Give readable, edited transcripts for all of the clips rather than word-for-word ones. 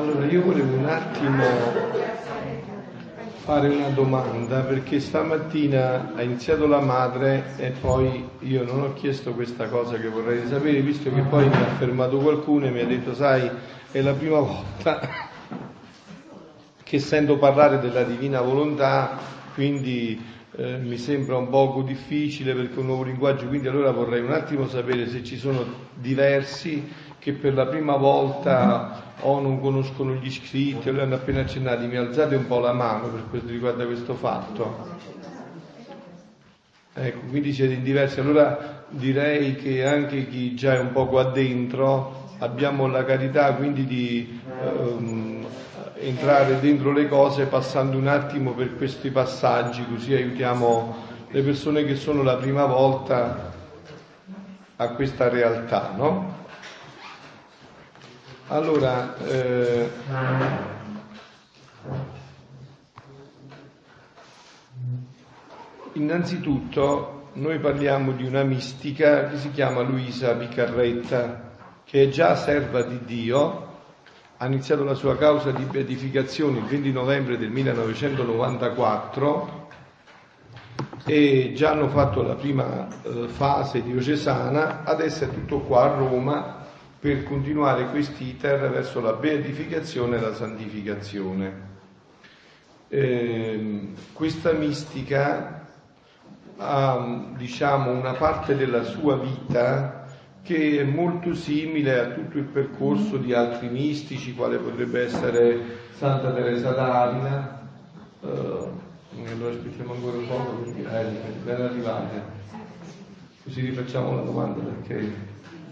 Allora, io volevo un attimo fare una domanda, perché stamattina ha iniziato la madre e poi io non ho chiesto questa cosa che vorrei sapere, visto che poi mi ha fermato qualcuno e mi ha detto: sai, è la prima volta che sento parlare della divina volontà, quindi mi sembra un poco difficile perché è un nuovo linguaggio, quindi allora vorrei un attimo sapere se ci sono diversi che per la prima volta o non conoscono gli scritti o li hanno appena accennati. Mi alzate un po' la mano per quanto riguarda questo fatto. Ecco, quindi siete in diversi. Allora direi che anche chi già è un poco addentro abbiamo la carità quindi di entrare dentro le cose passando un attimo per questi passaggi, così aiutiamo le persone che sono la prima volta a questa realtà, no? Allora, innanzitutto noi parliamo di una mistica che si chiama Luisa Piccarretta, che è già serva di Dio, ha iniziato la sua causa di beatificazione il 20 novembre del 1994 e già hanno fatto la prima fase diocesana, adesso è tutto qua a Roma per continuare quest'iter verso la beatificazione e la santificazione. Questa mistica ha, diciamo, una parte della sua vita che è molto simile a tutto il percorso di altri mistici, quale potrebbe essere Santa Teresa d'Avila. Allora aspettiamo ancora un po' perché ben arrivate, così rifacciamo la domanda perché...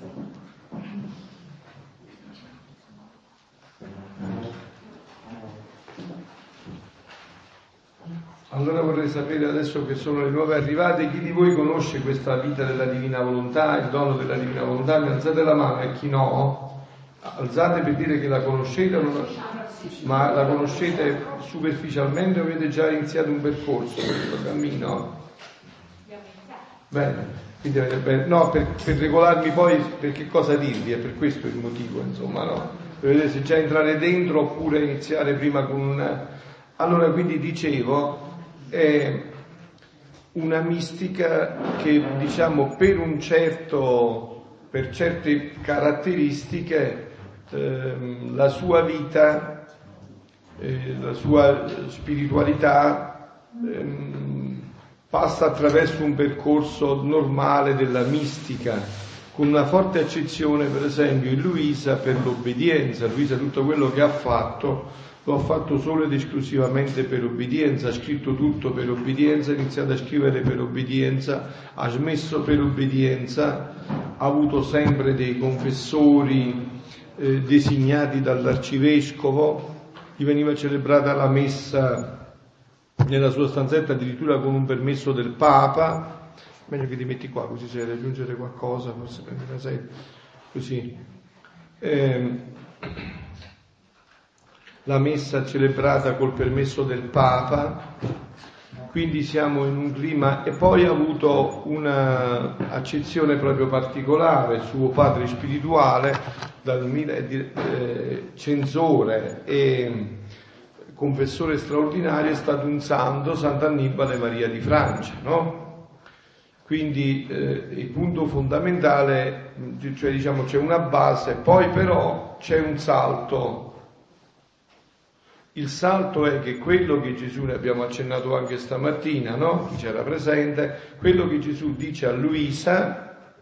Allora vorrei sapere adesso che sono le nuove arrivate, chi di voi conosce questa vita della Divina Volontà, il dono della Divina Volontà? Mi alzate la mano e chi no? Alzate per dire che la conoscete o non ma la conoscete superficialmente o avete già iniziato un percorso, questo cammino? Bene, quindi no, per regolarmi poi per che cosa dirvi, è per questo il motivo, insomma, no? Per vedere se già entrare dentro oppure iniziare prima con una... Allora, quindi dicevo, è una mistica che, diciamo, per certe caratteristiche, la sua vita, la sua spiritualità passa attraverso un percorso normale della mistica, con una forte accezione, per esempio, in Luisa per l'obbedienza. Luisa tutto quello che ha fatto lo ha fatto solo ed esclusivamente per obbedienza, ha scritto tutto per obbedienza, ha iniziato a scrivere per obbedienza, ha smesso per obbedienza, ha avuto sempre dei confessori designati dall'arcivescovo, gli veniva celebrata la messa nella sua stanzetta addirittura con un permesso del Papa. Meglio che ti metti qua, così se deve aggiungere qualcosa, forse prendi la sede, così. La messa celebrata col permesso del Papa, quindi siamo in un clima, e poi ha avuto una accezione proprio particolare, suo padre spirituale, censore e confessore straordinario, è stato un santo, Sant'Annibale Maria di Francia, no? Quindi il punto fondamentale, cioè diciamo c'è una base, poi però c'è un salto. Il salto è che quello che Gesù, ne abbiamo accennato anche stamattina, no? Chi c'era presente, quello che Gesù dice a Luisa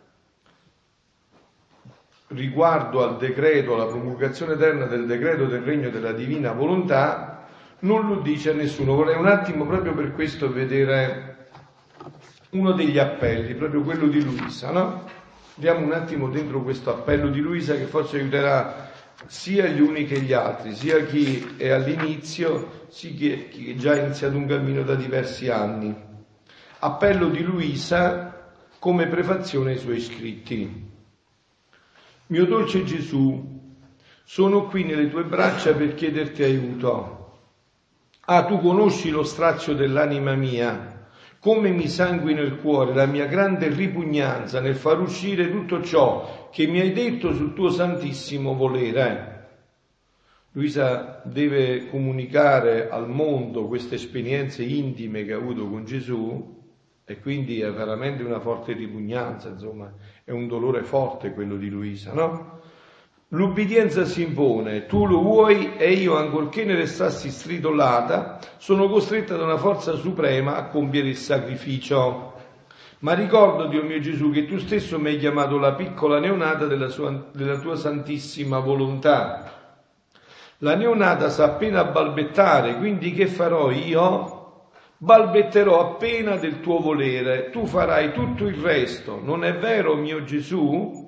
riguardo al decreto, alla promulgazione eterna del decreto del regno della divina volontà, non lo dice a nessuno. Vorrei un attimo proprio per questo vedere uno degli appelli, proprio quello di Luisa, no? Andiamo un attimo dentro questo appello di Luisa che forse aiuterà sia gli uni che gli altri, sia chi è all'inizio, sia chi già ha iniziato un cammino da diversi anni. Appello di Luisa come prefazione ai suoi scritti. Mio dolce Gesù, sono qui nelle tue braccia per chiederti aiuto. Tu conosci lo strazio dell'anima mia, come mi sanguina il cuore, la mia grande ripugnanza nel far uscire tutto ciò che mi hai detto sul tuo santissimo volere. Luisa deve comunicare al mondo queste esperienze intime che ha avuto con Gesù e quindi è veramente una forte ripugnanza, insomma, è un dolore forte quello di Luisa, no? L'ubbidienza si impone, tu lo vuoi e io, ancorché ne restassi stritolata, sono costretta da una forza suprema a compiere il sacrificio. Ma ricordo, Dio mio Gesù, che tu stesso mi hai chiamato la piccola neonata della tua santissima volontà. La neonata sa appena balbettare, quindi che farò io? Balbetterò appena del tuo volere, tu farai tutto il resto, non è vero, mio Gesù?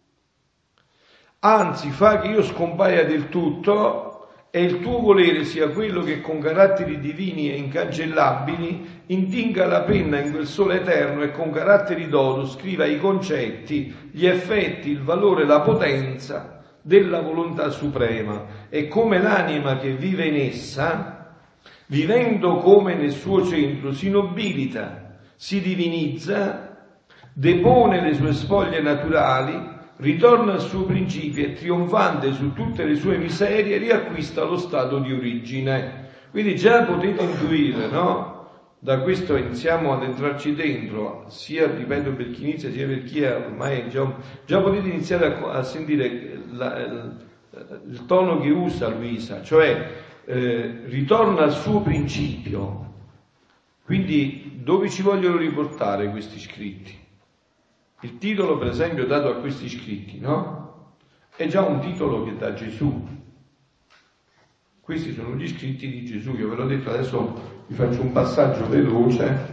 Anzi, fa che io scompaia del tutto e il tuo volere sia quello che con caratteri divini e incancellabili intinga la penna in quel sole eterno e con caratteri d'oro scriva i concetti, gli effetti, il valore, la potenza della volontà suprema, e come l'anima che vive in essa, vivendo come nel suo centro, si nobilita, si divinizza, depone le sue spoglie naturali, ritorna al suo principio e trionfante su tutte le sue miserie riacquista lo stato di origine. Quindi già potete intuire, no? Da questo iniziamo ad entrarci dentro, sia, ripeto, per chi inizia sia per chi è ormai già potete iniziare a sentire il tono che usa Luisa, cioè ritorna al suo principio. Quindi dove ci vogliono riportare questi scritti? Il titolo, per esempio, dato a questi scritti, no? È già un titolo che dà Gesù. Questi sono gli scritti di Gesù, io ve l'ho detto, adesso vi faccio un passaggio veloce.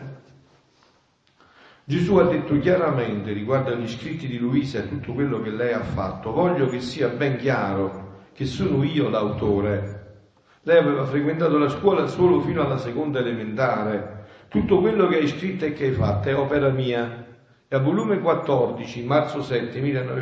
Gesù ha detto chiaramente riguardo agli scritti di Luisa e tutto quello che lei ha fatto: voglio che sia ben chiaro che sono io l'autore. Lei aveva frequentato la scuola solo fino alla seconda elementare. Tutto quello che hai scritto e che hai fatto è opera mia. E a volume 14, marzo 7,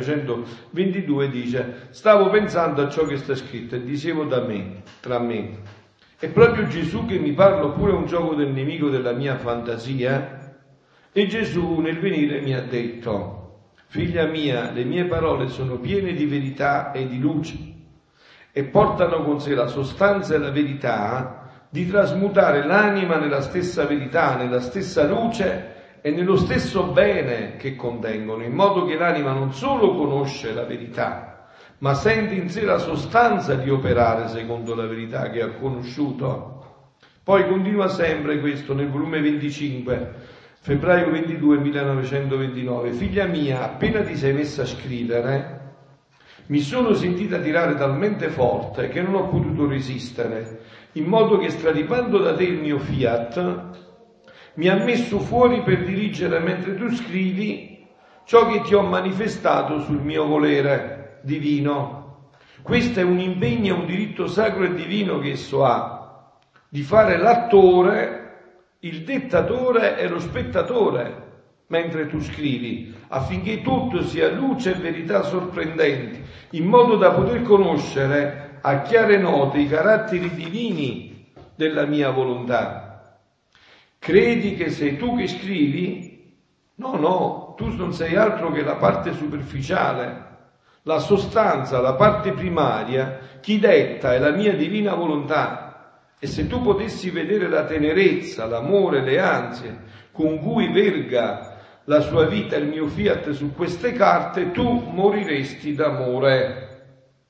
1922 dice: stavo pensando a ciò che sta scritto e dicevo tra me, è proprio Gesù che mi parla oppure è un gioco del nemico della mia fantasia? E Gesù nel venire mi ha detto: figlia mia, le mie parole sono piene di verità e di luce e portano con sé la sostanza e la verità di trasmutare l'anima nella stessa verità, nella stessa luce e nello stesso bene che contengono, in modo che l'anima non solo conosce la verità, ma sente in sé la sostanza di operare secondo la verità che ha conosciuto. Poi continua sempre questo nel volume 25, febbraio 22, 1929. Figlia mia, appena ti sei messa a scrivere, mi sono sentita tirare talmente forte che non ho potuto resistere, in modo che stradipando da te il mio fiat, mi ha messo fuori per dirigere mentre tu scrivi ciò che ti ho manifestato sul mio volere divino. Questo è un impegno, un diritto sacro e divino che esso ha, di fare l'attore, il dettatore e lo spettatore mentre tu scrivi, affinché tutto sia luce e verità sorprendenti, in modo da poter conoscere a chiare note i caratteri divini della mia volontà. Credi che sei tu che scrivi? No, tu non sei altro che la parte superficiale. La sostanza, la parte primaria, chi detta è la mia divina volontà. E se tu potessi vedere la tenerezza, l'amore, le ansie con cui verga la sua vita il mio fiat su queste carte, tu moriresti d'amore.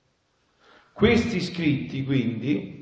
Questi scritti, quindi,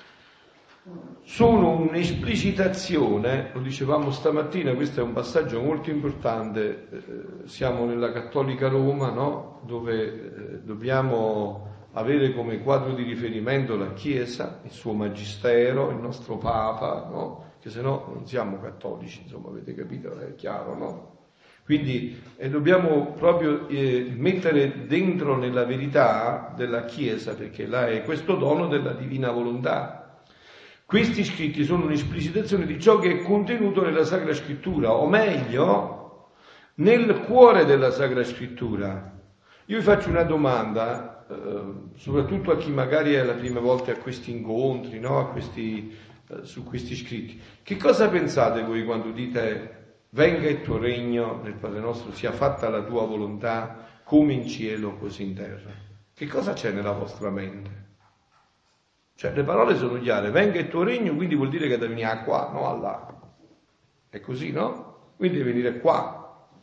sono un'esplicitazione, lo dicevamo stamattina, questo è un passaggio molto importante, siamo nella Cattolica Roma, no? Dove dobbiamo avere come quadro di riferimento la Chiesa, il suo Magistero, il nostro Papa, no? Che se no non siamo cattolici, insomma, avete capito, è chiaro, no? Quindi dobbiamo proprio mettere dentro nella verità della Chiesa, perché là è questo dono della divina volontà. Questi scritti sono un'esplicitazione di ciò che è contenuto nella Sacra Scrittura, o meglio, nel cuore della Sacra Scrittura. Io vi faccio una domanda, soprattutto a chi magari è la prima volta a questi incontri, no? Su questi scritti. Che cosa pensate voi quando dite: venga il tuo regno nel Padre nostro, sia fatta la tua volontà, come in cielo, così in terra? Che cosa c'è nella vostra mente? Cioè le parole sono chiare, venga il tuo regno, quindi vuol dire che deve venire qua, no a là. È così, no? Quindi deve venire qua.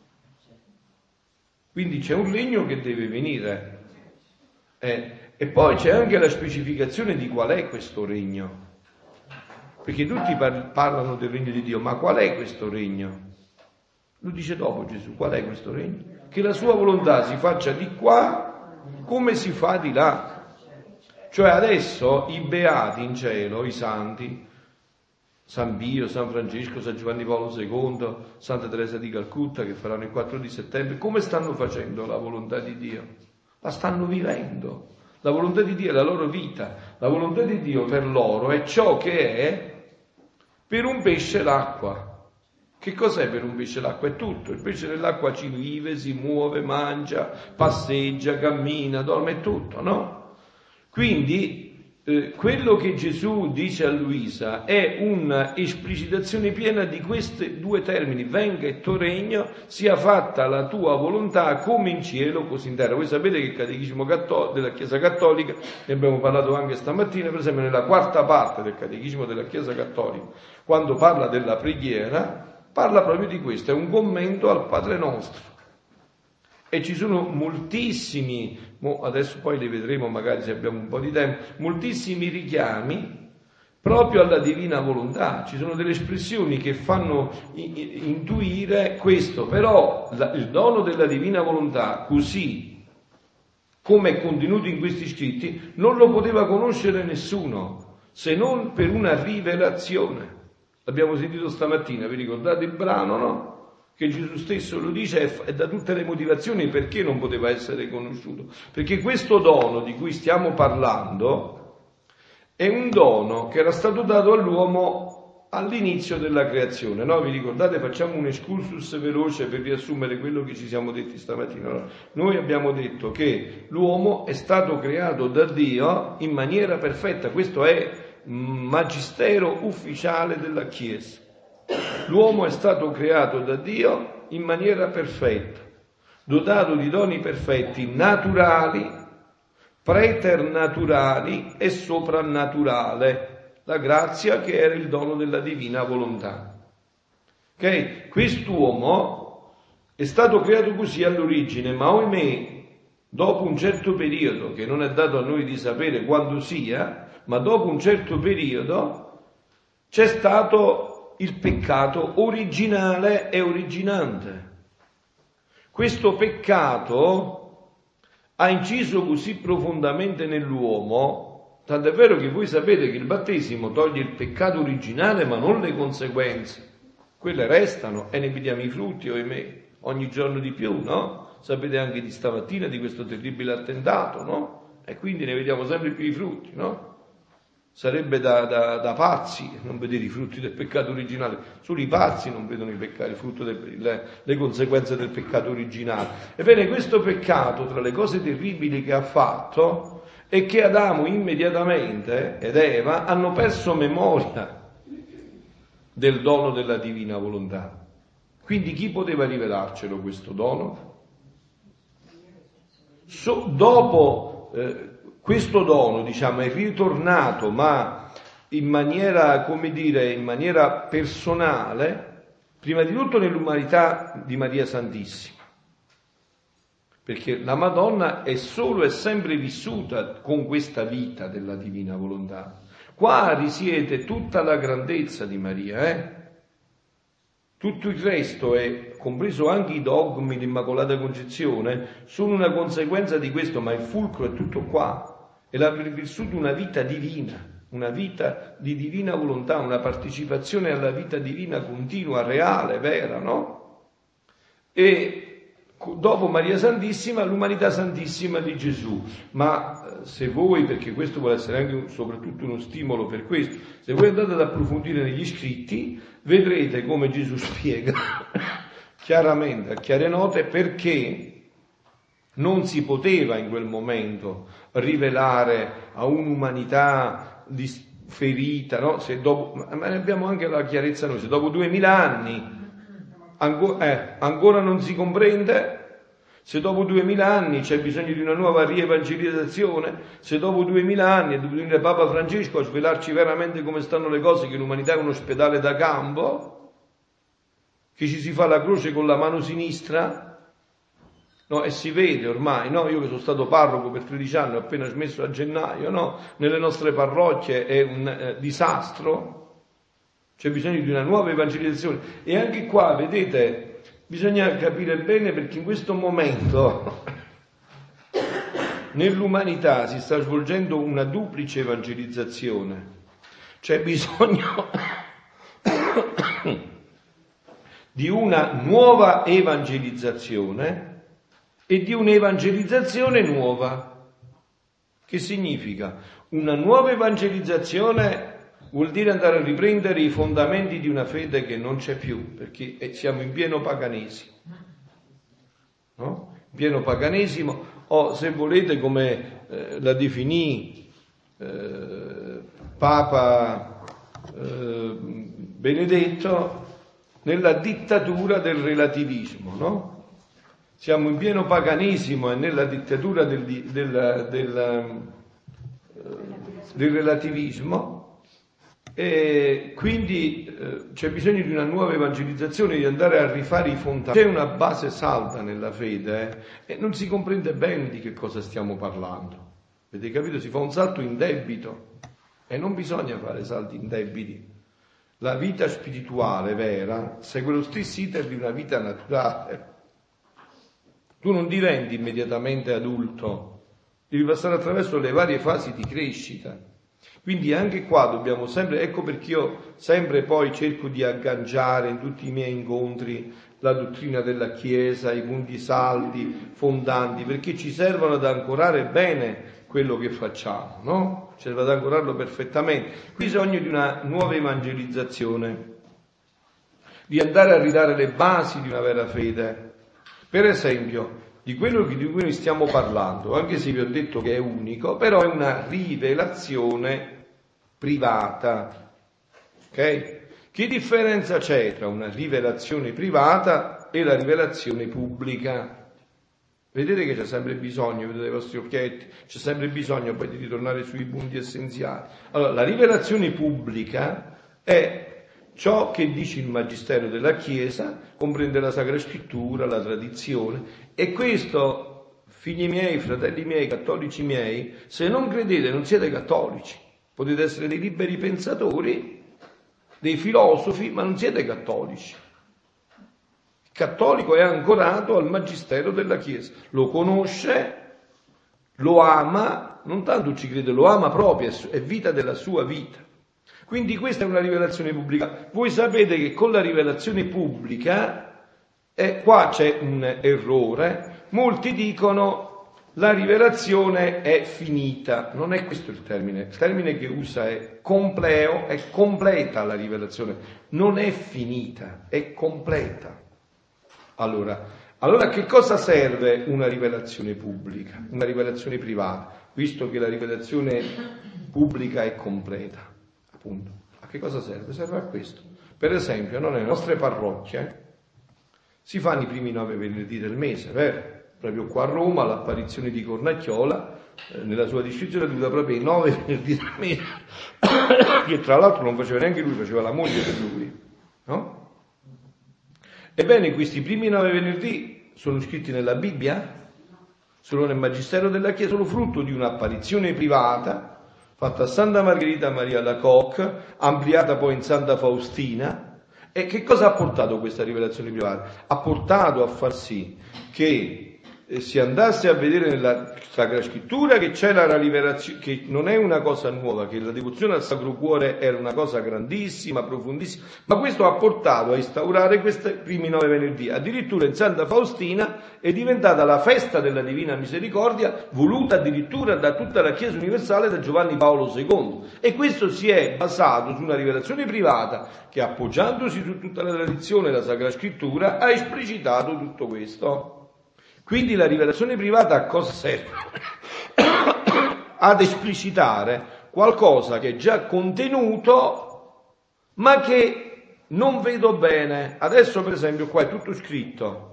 Quindi c'è un regno che deve venire. E poi c'è anche la specificazione di qual è questo regno. Perché tutti parlano del regno di Dio, ma qual è questo regno? Lo dice dopo Gesù, qual è questo regno? Che la sua volontà si faccia di qua come si fa di là. Cioè adesso i beati in cielo, i santi, San Pio, San Francesco, San Giovanni Paolo II, Santa Teresa di Calcutta, che faranno il 4 di settembre, come stanno facendo la volontà di Dio? La stanno vivendo. La volontà di Dio è la loro vita. La volontà di Dio per loro è ciò che è per un pesce l'acqua. Che cos'è per un pesce l'acqua? È tutto. Il pesce nell'acqua ci vive, si muove, mangia, passeggia, cammina, dorme, è tutto, no? Quindi quello che Gesù dice a Luisa è un'esplicitazione piena di questi due termini: venga il tuo regno, sia fatta la tua volontà come in cielo così in terra. Voi sapete che il Catechismo della Chiesa Cattolica, ne abbiamo parlato anche stamattina, per esempio nella quarta parte del Catechismo della Chiesa Cattolica, quando parla della preghiera, parla proprio di questo, è un commento al Padre Nostro. E ci sono moltissimi, adesso poi li vedremo magari se abbiamo un po' di tempo, moltissimi richiami proprio alla divina volontà. Ci sono delle espressioni che fanno intuire questo, però il dono della divina volontà, così come è contenuto in questi scritti, non lo poteva conoscere nessuno, se non per una rivelazione. L'abbiamo sentito stamattina, vi ricordate il brano, no? Che Gesù stesso lo dice e dà tutte le motivazioni perché non poteva essere conosciuto. Perché questo dono di cui stiamo parlando è un dono che era stato dato all'uomo all'inizio della creazione, no? Vi ricordate? Facciamo un excursus veloce per riassumere quello che ci siamo detti stamattina. No? Noi abbiamo detto che l'uomo è stato creato da Dio in maniera perfetta. Questo è magistero ufficiale della Chiesa. L'uomo è stato creato da Dio in maniera perfetta, dotato di doni perfetti, naturali, preternaturali e soprannaturale, la grazia che era il dono della divina volontà. Ok? Quest'uomo è stato creato così all'origine, ma ohimè, dopo un certo periodo, che non è dato a noi di sapere quando sia, ma dopo un certo periodo c'è stato il peccato originale e originante. Questo peccato ha inciso così profondamente nell'uomo, tant'è vero che voi sapete che il battesimo toglie il peccato originale ma non le conseguenze. Quelle restano e ne vediamo i frutti, ohimè, ogni giorno di più, no? Sapete anche di stamattina di questo terribile attentato, no? E quindi ne vediamo sempre più i frutti, no? Sarebbe da pazzi non vedere i frutti del peccato originale. Solo i pazzi non vedono il frutto le conseguenze del peccato originale. Ebbene, questo peccato, tra le cose terribili che ha fatto, è che Adamo immediatamente ed Eva hanno perso memoria del dono della divina volontà. Quindi chi poteva rivelarcelo questo dono? Dopo questo dono, diciamo, è ritornato, ma in maniera, come dire, in maniera personale, prima di tutto nell'umanità di Maria Santissima. Perché la Madonna è solo e sempre vissuta con questa vita della divina volontà. Qua risiede tutta la grandezza di Maria, Tutto il resto, compreso anche i dogmi, l'Immacolata Concezione, sono una conseguenza di questo, ma il fulcro è tutto qua. E l'aver vissuto una vita divina, una vita di divina volontà, una partecipazione alla vita divina continua, reale, vera, no? E dopo Maria Santissima, l'umanità santissima di Gesù. Ma se voi, perché questo vuole essere anche soprattutto uno stimolo per questo, se voi andate ad approfondire negli scritti, vedrete come Gesù spiega chiaramente, a chiare note, perché non si poteva in quel momento rivelare a un'umanità ferita, no? Se dopo, ma ne abbiamo anche la chiarezza noi, se dopo 2000 anni ancora non si comprende, Se dopo 2000 anni c'è bisogno di una nuova rievangelizzazione, se dopo 2000 anni è dovuto venire Papa Francesco a svelarci veramente come stanno le cose, che l'umanità è un ospedale da campo, che ci si fa la croce con la mano sinistra, no? E si vede ormai, no? Io che sono stato parroco per 13 anni, ho appena smesso a gennaio, no? Nelle nostre parrocchie è un disastro, c'è bisogno di una nuova evangelizzazione. E anche qua, vedete, bisogna capire bene, perché in questo momento nell'umanità si sta svolgendo una duplice evangelizzazione. C'è bisogno di una nuova evangelizzazione e di un'evangelizzazione nuova. Che significa? Una nuova evangelizzazione vuol dire andare a riprendere i fondamenti di una fede che non c'è più, perché siamo in pieno paganesimo, no? In pieno paganesimo, o se volete come la definì Papa Benedetto, nella dittatura del relativismo, no? Siamo in pieno paganesimo e nella dittatura del relativismo. E quindi c'è bisogno di una nuova evangelizzazione, di andare a rifare i fondamenti. C'è una base salda nella fede e non si comprende bene di che cosa stiamo parlando. Avete capito? Si fa un salto in debito e non bisogna fare salti in debiti. La vita spirituale vera segue lo stesso iter di una vita naturale. Tu non diventi immediatamente adulto, devi passare attraverso le varie fasi di crescita. Quindi anche qua dobbiamo sempre, ecco perché io sempre poi cerco di agganciare in tutti i miei incontri la dottrina della Chiesa, i punti saldi, fondanti, perché ci servono ad ancorare bene quello che facciamo, no? Ci serve ad ancorarlo perfettamente. Qui bisogno di una nuova evangelizzazione, di andare a ridare le basi di una vera fede. Per esempio, di quello di cui noi stiamo parlando, anche se vi ho detto che è unico, però è una rivelazione privata. Ok? Che differenza c'è tra una rivelazione privata e la rivelazione pubblica? Vedete che c'è sempre bisogno, vedete i vostri occhietti, c'è sempre bisogno poi di ritornare sui punti essenziali. Allora, la rivelazione pubblica è ciò che dice il Magistero della Chiesa, comprende la Sacra Scrittura, la tradizione, e questo, figli miei, fratelli miei, cattolici miei, se non credete non siete cattolici, potete essere dei liberi pensatori, dei filosofi, ma non siete cattolici. Il cattolico è ancorato al Magistero della Chiesa, lo conosce, lo ama, non tanto ci crede, lo ama proprio, è vita della sua vita. Quindi questa è una rivelazione pubblica. Voi sapete che con la rivelazione pubblica, qua c'è un errore, molti dicono la rivelazione è finita. Non è questo il termine che usa è compleo, è completa la rivelazione, non è finita, è completa. Allora a che cosa serve una rivelazione pubblica, una rivelazione privata, visto che la rivelazione pubblica è completa? Appunto. A che cosa serve? Serve a questo. Per esempio, nelle nostre parrocchie si fanno i primi 9 venerdì del mese, vero? Proprio qua a Roma l'apparizione di Cornacchiola, nella sua descrizione, dura proprio i 9 venerdì del mese, che tra l'altro non faceva neanche lui, faceva la moglie per lui, no? Ebbene, questi primi 9 venerdì sono scritti nella Bibbia? Sono nel Magistero della Chiesa, sono frutto di un'apparizione privata fatta a Santa Margherita Maria Alacoque, ampliata poi in Santa Faustina. E che cosa ha portato questa rivelazione privata? Ha portato a far sì che si andasse a vedere nella Sacra Scrittura che c'era la rivelazione, che non è una cosa nuova, che la devozione al Sacro Cuore era una cosa grandissima, profondissima, ma questo ha portato a instaurare questi primi 9 venerdì. Addirittura in Santa Faustina è diventata la festa della Divina Misericordia, voluta addirittura da tutta la Chiesa universale, da Giovanni Paolo II. E questo si è basato su una rivelazione privata che, appoggiandosi su tutta la tradizione della Sacra Scrittura, ha esplicitato tutto questo. Quindi la rivelazione privata a cosa serve? Ad esplicitare qualcosa che è già contenuto, ma che non vedo bene. Adesso per esempio qua è tutto scritto,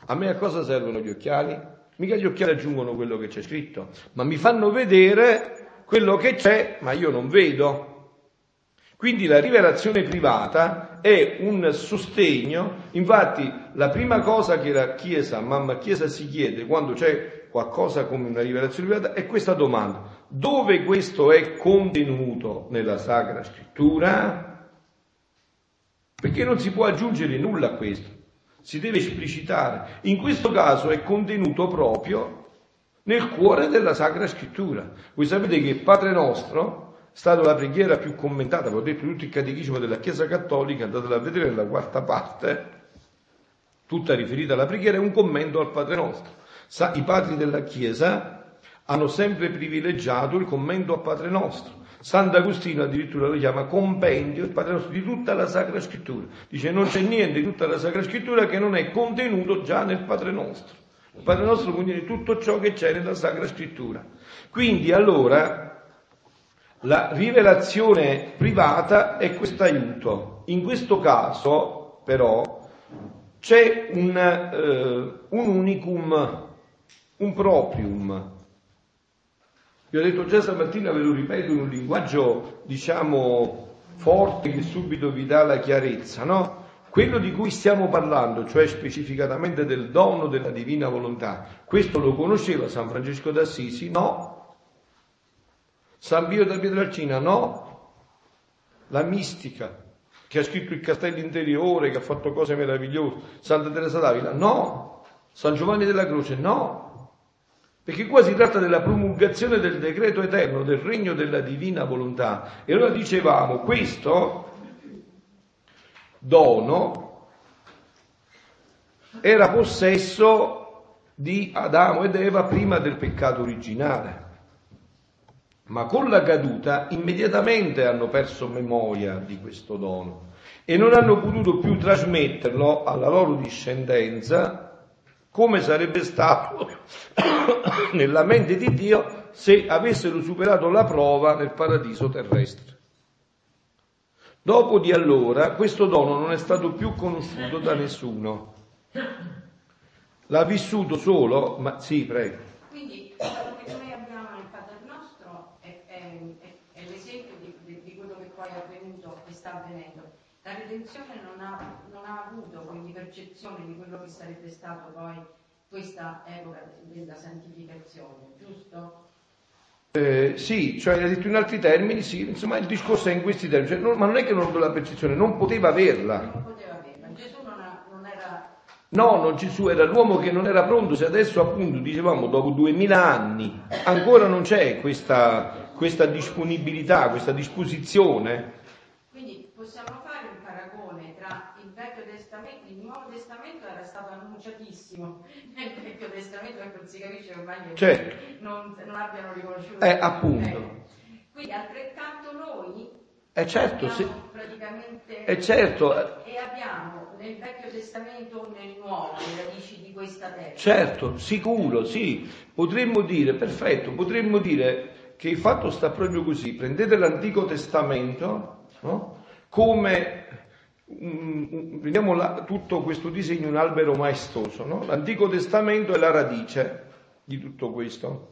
A me a cosa servono gli occhiali? Mica gli occhiali aggiungono quello che c'è scritto, ma mi fanno vedere quello che c'è, ma io non vedo. Quindi la rivelazione privata è un sostegno. Infatti la prima cosa che la Chiesa, mamma Chiesa, si chiede quando c'è qualcosa come una rivelazione privata è questa domanda: dove questo è contenuto nella Sacra Scrittura? Perché non si può aggiungere nulla a questo, si deve esplicitare. In questo caso è contenuto proprio nel cuore della Sacra Scrittura. Voi sapete che il Padre Nostro è stata la preghiera più commentata, vi ho detto, tutto il catechismo della Chiesa Cattolica, andatela a vedere nella quarta parte, tutta riferita alla preghiera, è un commento al Padre Nostro. I padri della Chiesa hanno sempre privilegiato il commento al Padre Nostro. Sant'Agostino addirittura lo chiama compendio, il Padre Nostro, di tutta la Sacra Scrittura. Dice non c'è niente di tutta la Sacra Scrittura che non è contenuto già nel Padre Nostro. Il Padre Nostro contiene tutto ciò che c'è nella Sacra Scrittura. Quindi allora la rivelazione privata è questo aiuto. In questo caso però c'è un unicum, un proprium. Vi ho detto già stamattina, ve lo ripeto in un linguaggio diciamo forte che subito vi dà la chiarezza, no? Quello di cui stiamo parlando, cioè specificatamente del dono della divina volontà, questo lo conosceva San Francesco d'Assisi? No. San Pio da Pietrelcina? No. La mistica, che ha scritto il Castello Interiore, che ha fatto cose meravigliose, Santa Teresa d'Avila? No. San Giovanni della Croce? No. Perché qua si tratta della promulgazione del decreto eterno, del regno della divina volontà. E allora dicevamo, questo dono era possesso di Adamo ed Eva prima del peccato originale. Ma con la caduta immediatamente hanno perso memoria di questo dono e non hanno potuto più trasmetterlo alla loro discendenza come sarebbe stato nella mente di Dio se avessero superato la prova nel paradiso terrestre. Dopo di allora questo dono non è stato più conosciuto da nessuno. L'ha vissuto solo, ma sì, prego. Quindi quello che noi abbiamo nel Padre Nostro è l'esempio di quello che poi è avvenuto e sta avvenendo. La redenzione non ha avuto quindi percezione di quello che sarebbe stato poi questa epoca della santificazione, giusto? Sì, cioè hai detto in altri termini, sì, insomma il discorso è in questi termini, cioè, ma non è che non avuto la percezione, non poteva averla. Non poteva averla, Gesù non era... No, Gesù era l'uomo che non era pronto, se adesso appunto dicevamo dopo 2000 anni ancora non c'è questa disponibilità, questa disposizione. Quindi possiamo fare un paragone tra il Vecchio Testamento, il Nuovo Testamento era stato annunciatissimo nel Vecchio Testamento, e non si capisce ormai che Certo. non abbiano riconosciuto. Appunto. Quindi altrettanto noi Certo, abbiamo sì. praticamente Certo. e abbiamo nel Vecchio Testamento o nel Nuovo le radici di questa terra. Certo, sicuro, sì. Potremmo dire, perfetto, potremmo dire che il fatto sta proprio così. Prendete l'Antico Testamento, no? Come vediamo tutto questo disegno, un albero maestoso, no? L'Antico Testamento è la radice di tutto questo.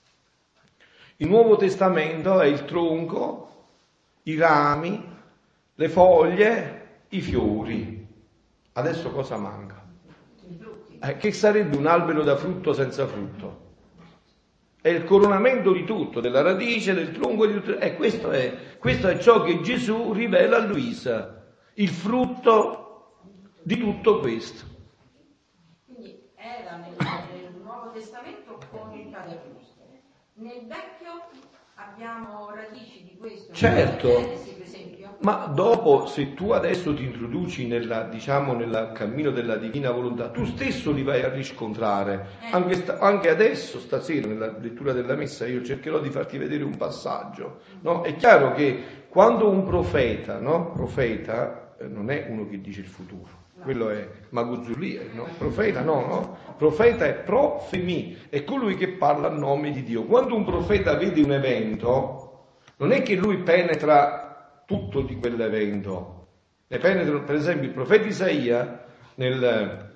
Il Nuovo Testamento è il tronco, i rami, le foglie, i fiori. Adesso cosa manca? Che sarebbe un albero da frutto senza frutto? È il coronamento di tutto, della radice, del tronco, di tutto. Questo è ciò che Gesù rivela a Luisa, il frutto di tutto questo. Quindi era nel Nuovo Testamento con il Padre Nostro. Nel Vecchio abbiamo radici di questo. Certo. Genesi, per esempio. Ma dopo, se tu adesso ti introduci nel cammino della divina volontà, tu stesso li vai a riscontrare. Anche adesso, stasera, nella lettura della messa, io cercherò di farti vedere un passaggio. No? È chiaro che quando un profeta, no? Profeta non è uno che dice il futuro. Quello è Maguzzulia, no? Profeta no. Profeta è profemi, è colui che parla a nome di Dio. Quando un profeta vede un evento, non è che lui penetra tutto di quell'evento. Ne penetrano, per esempio, il profeta Isaia nel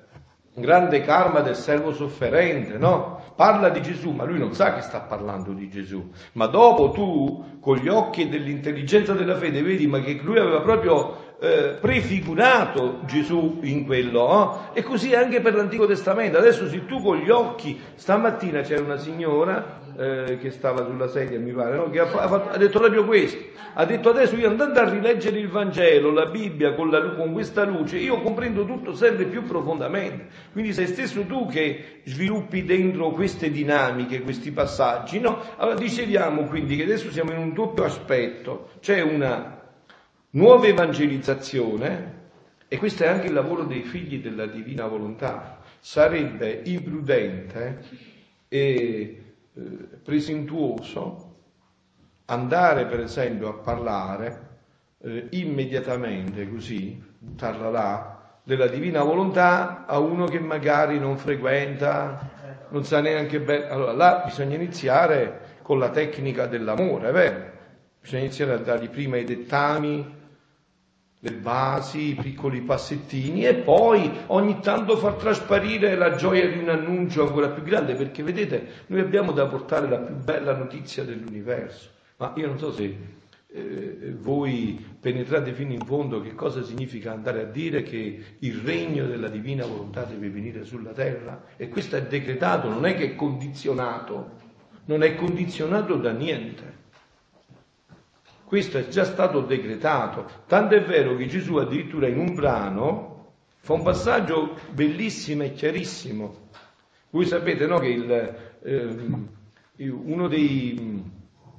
un grande karma del servo sofferente, no? Parla di Gesù, ma lui non sa che sta parlando di Gesù. Ma dopo tu, con gli occhi dell'intelligenza della fede, vedi ma che lui aveva proprio prefigurato Gesù in quello, no? E così anche per l'Antico Testamento. Adesso se tu con gli occhi, stamattina c'era una signora che stava sulla sedia, mi pare, no? Che ha detto proprio questo. Ha detto adesso io andando a rileggere il Vangelo, la Bibbia con questa luce, io comprendo tutto sempre più profondamente. Quindi sei stesso tu che sviluppi dentro queste dinamiche, questi passaggi, no? Allora diceviamo quindi che adesso siamo in un doppio aspetto. C'è una nuova evangelizzazione, e questo è anche il lavoro dei figli della divina volontà. Sarebbe imprudente e presuntuoso andare per esempio a parlare immediatamente così, buttarla là, della divina volontà a uno che magari non frequenta, non sa neanche bene. Allora là bisogna iniziare con la tecnica dell'amore, è vero? Bisogna iniziare a dargli prima i dettami, le basi, i piccoli passettini e poi ogni tanto far trasparire la gioia di un annuncio ancora più grande, perché vedete, noi abbiamo da portare la più bella notizia dell'universo, ma io non so se voi penetrate fino in fondo che cosa significa andare a dire che il regno della divina volontà deve venire sulla terra, e questo è decretato, non è che è condizionato, non è condizionato da niente. Questo è già stato decretato, tanto è vero che Gesù addirittura in un brano fa un passaggio bellissimo e chiarissimo. Voi sapete, no, che uno dei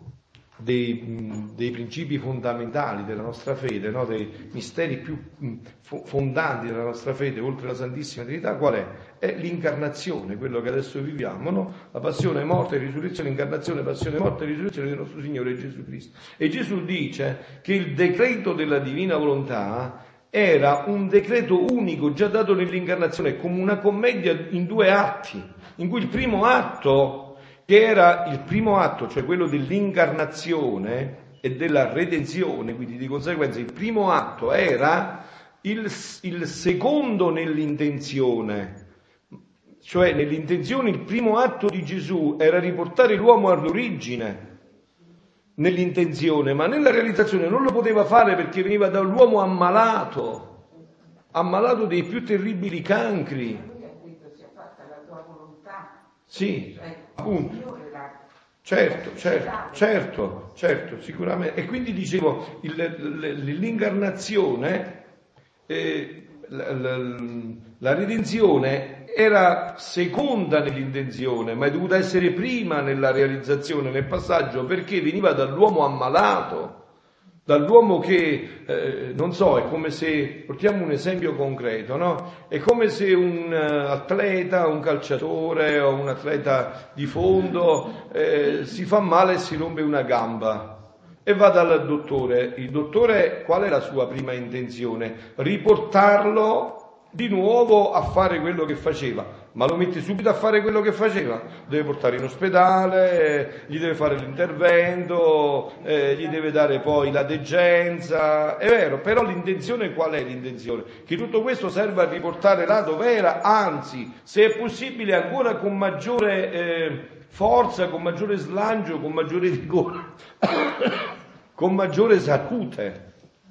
principi fondamentali della nostra fede, no, dei misteri più fondanti della nostra fede, oltre alla Santissima Trinità, qual è? È l'incarnazione, quello che adesso viviamo, no? La passione, morte e risurrezione, l'incarnazione, passione, morte e risurrezione del nostro Signore Gesù Cristo. E Gesù dice che il decreto della divina volontà era un decreto unico già dato nell'incarnazione, come una commedia in 2 atti, in cui il primo atto, che era il primo atto, cioè quello dell'incarnazione e della redenzione, quindi di conseguenza il primo atto era il secondo nell'intenzione, cioè nell'intenzione il primo atto di Gesù era riportare l'uomo all'origine, nell'intenzione, ma nella realizzazione non lo poteva fare perché veniva dall'uomo ammalato dei più terribili cancri. Lui ha detto sia fatta la tua volontà. Sì, appunto. Certo, sicuramente. E quindi dicevo, l'incarnazione, la redenzione era seconda nell'intenzione, ma è dovuta essere prima nella realizzazione, nel passaggio, perché veniva dall'uomo ammalato, dall'uomo che, non so, è come se, portiamo un esempio concreto, no? È come se un atleta, un calciatore o un atleta di fondo si fa male e si rompe una gamba e va dal dottore. Il dottore, qual è la sua prima intenzione? Riportarlo di nuovo a fare quello che faceva, ma lo mette subito a fare quello che faceva, deve portare in ospedale, gli deve fare l'intervento, gli deve dare poi la degenza, è vero, però l'intenzione qual è l'intenzione? Che tutto questo serva a riportare là dove era, anzi, se è possibile ancora con maggiore forza, con maggiore slancio, con maggiore vigore, con maggiore salute.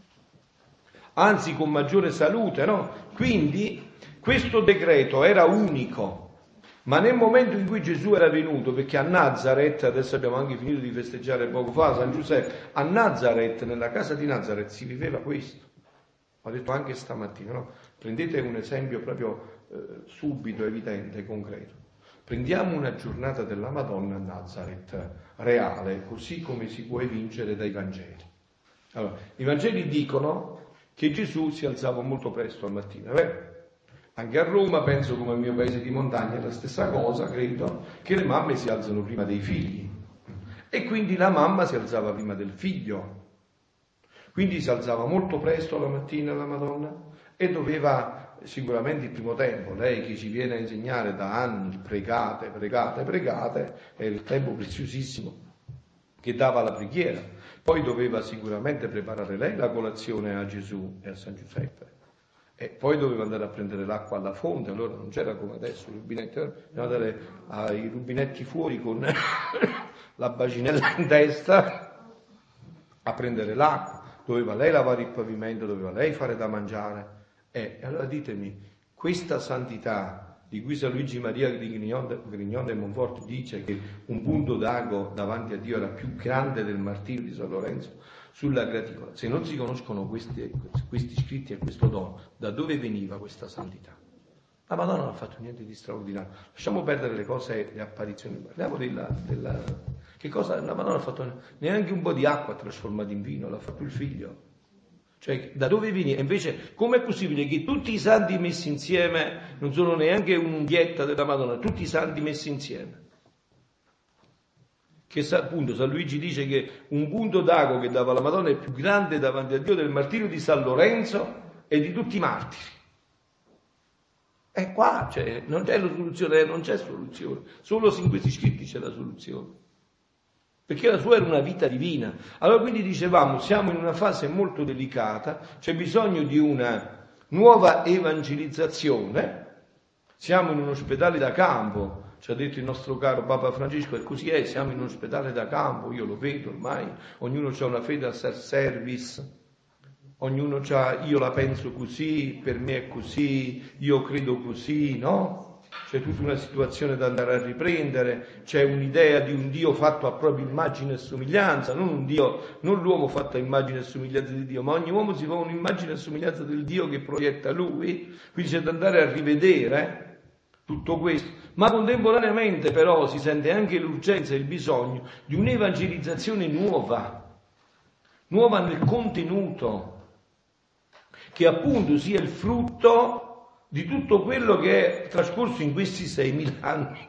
Anzi con maggiore salute, no? Quindi questo decreto era unico, ma nel momento in cui Gesù era venuto, perché a Nazareth, adesso abbiamo anche finito di festeggiare poco fa San Giuseppe, a Nazareth, nella casa di Nazareth si viveva questo. Ho detto anche stamattina, no? Prendete un esempio proprio subito, evidente, concreto. Prendiamo una giornata della Madonna a Nazareth, reale, così come si può evincere dai Vangeli. Allora, i Vangeli dicono che Gesù si alzava molto presto al mattino, vero? Anche a Roma, penso come al mio paese di montagna, è la stessa cosa, credo, che le mamme si alzano prima dei figli. E quindi la mamma si alzava prima del figlio. Quindi si alzava molto presto la mattina la Madonna e doveva, sicuramente il primo tempo, lei che ci viene a insegnare da anni, pregate, è il tempo preziosissimo che dava la preghiera. Poi doveva sicuramente preparare lei la colazione a Gesù e a San Giuseppe. E poi doveva andare a prendere l'acqua alla fonte, allora non c'era come adesso, i rubinetti, doveva andare ai rubinetti fuori con la bacinella in testa a prendere l'acqua, doveva lei lavare il pavimento, doveva lei fare da mangiare. E allora ditemi, questa santità di cui San Luigi Maria di Grignon de Montfort dice che un punto d'ago davanti a Dio era più grande del martirio di San Lorenzo sulla graticola, se non si conoscono questi scritti e questo dono, da dove veniva questa santità? La Madonna non ha fatto niente di straordinario. Lasciamo perdere le cose, le apparizioni, parliamo che cosa la Madonna ha fatto? Neanche un po' di acqua ha trasformato in vino, l'ha fatto il figlio. Cioè, da dove viene? E invece, com'è possibile che tutti i santi messi insieme non sono neanche un'unghietta della Madonna, tutti i santi messi insieme? Che appunto San Luigi dice che un punto d'ago che dava la Madonna è più grande davanti a Dio del martirio di San Lorenzo e di tutti i martiri. E qua non c'è la soluzione, non c'è soluzione, solo in questi scritti c'è la soluzione. Perché la sua era una vita divina. Allora quindi dicevamo, siamo in una fase molto delicata, c'è bisogno di una nuova evangelizzazione, siamo in un ospedale da campo, ci ha detto il nostro caro Papa Francesco, e così è, siamo in un ospedale da campo, io lo vedo ormai, ognuno ha una fede al self-service, ognuno ha, io la penso così, per me è così, io credo così, no? C'è tutta una situazione da andare a riprendere, c'è un'idea di un Dio fatto a propria immagine e somiglianza, non l'uomo fatto a immagine e somiglianza di Dio, ma ogni uomo si fa un'immagine e somiglianza del Dio che proietta lui, quindi c'è da andare a rivedere tutto questo, ma contemporaneamente però si sente anche l'urgenza e il bisogno di un'evangelizzazione nuova nel contenuto, che appunto sia il frutto di tutto quello che è trascorso in questi 6.000 anni.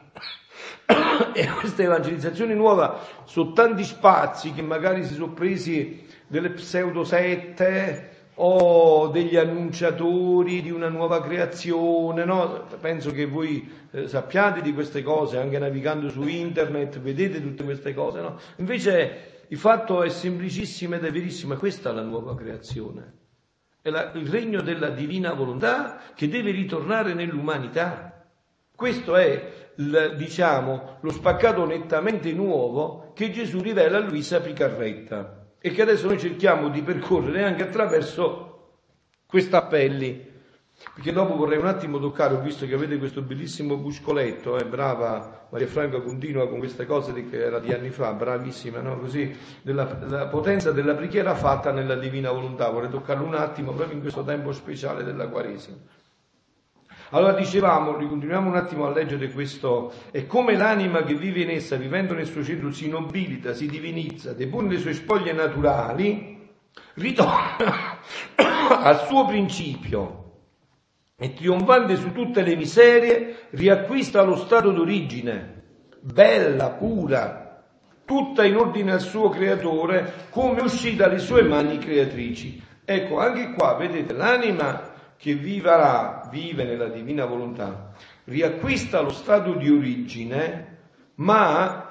E questa evangelizzazione nuova sono tanti spazi che magari si sono presi delle pseudosette o degli annunciatori di una nuova creazione, no? Penso che voi sappiate di queste cose, anche navigando su internet vedete tutte queste cose, no? Invece il fatto è semplicissimo ed è verissimo, è questa la nuova creazione. È il regno della divina volontà che deve ritornare nell'umanità. Questo è, lo spaccato nettamente nuovo che Gesù rivela a Luisa Picarretta e che adesso noi cerchiamo di percorrere anche attraverso questi appelli. Perché dopo vorrei un attimo toccare, ho visto che avete questo bellissimo buscoletto, brava Maria Franca continua con queste cose che era di anni fa, bravissima, no? Così, della potenza della preghiera fatta nella divina volontà, vorrei toccarlo un attimo proprio in questo tempo speciale della Quaresima. Allora dicevamo, ricontinuiamo un attimo a leggere questo, è come l'anima che vive in essa, vivendo nel suo centro, si nobilita, si divinizza, depone le sue spoglie naturali, ritorna al suo principio, e trionfante su tutte le miserie riacquista lo stato d'origine, bella, pura, tutta in ordine al suo creatore, come uscita dalle sue mani creatrici. Ecco, anche qua, vedete, l'anima che vive nella divina volontà, riacquista lo stato di origine, ma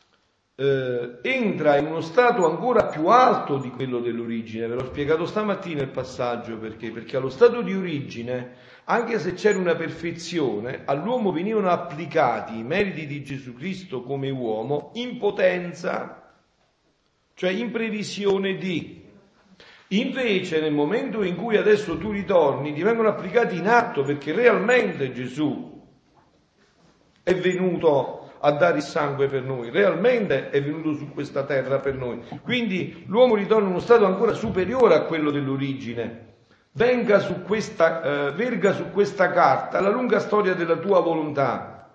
entra in uno stato ancora più alto di quello dell'origine. Ve l'ho spiegato stamattina il passaggio perché allo stato di origine, anche se c'era una perfezione, all'uomo venivano applicati i meriti di Gesù Cristo come uomo in potenza, cioè in previsione di. Invece nel momento in cui adesso tu ritorni ti vengono applicati in atto, perché realmente Gesù è venuto a dare il sangue per noi, realmente è venuto su questa terra per noi. Quindi l'uomo ritorna in uno stato ancora superiore a quello dell'origine. Verga su questa carta la lunga storia della tua volontà.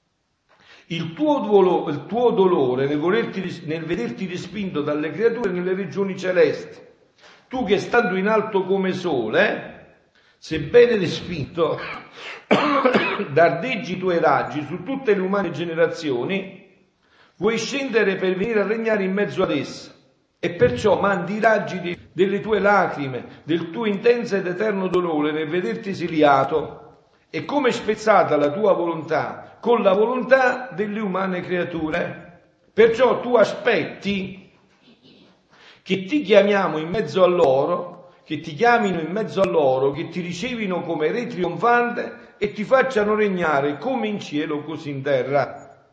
Il tuo dolore nel vederti respinto dalle creature nelle regioni celesti. Tu che stando in alto come sole, sebbene respinto dardeggi i tuoi raggi su tutte le umane generazioni, vuoi scendere per venire a regnare in mezzo ad esse, e perciò mandi i raggi delle tue lacrime, del tuo intenso ed eterno dolore nel vederti esiliato, e come spezzata la tua volontà con la volontà delle umane creature. Perciò tu aspetti che ti chiamiamo in mezzo a loro, che ti chiamino in mezzo a loro, che ti ricevino come re trionfante e ti facciano regnare come in cielo così in terra.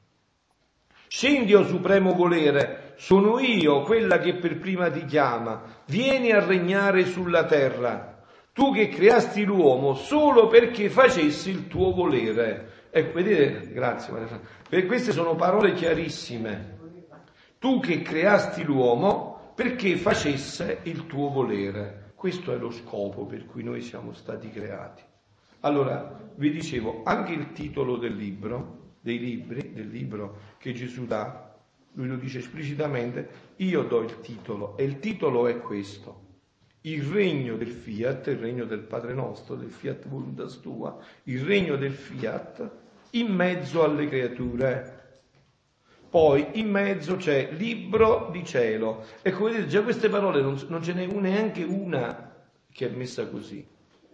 Scendi, o supremo volere, sono io quella che per prima ti chiama, vieni a regnare sulla terra, tu che creasti l'uomo solo perché facessi il tuo volere. Ecco, vedete, grazie Maria Santa, perché queste sono parole chiarissime. Tu che creasti l'uomo perché facesse il tuo volere. Questo è lo scopo per cui noi siamo stati creati. Allora, vi dicevo, anche il titolo del libro, del libro che Gesù dà, lui lo dice esplicitamente, io do il titolo, e il titolo è questo: il regno del Fiat, il regno del Padre nostro, del Fiat voluntas tua, il regno del Fiat in mezzo alle creature. Poi in mezzo c'è libro di cielo. Ecco, vedete, già queste parole non ce n'è neanche una che è messa così.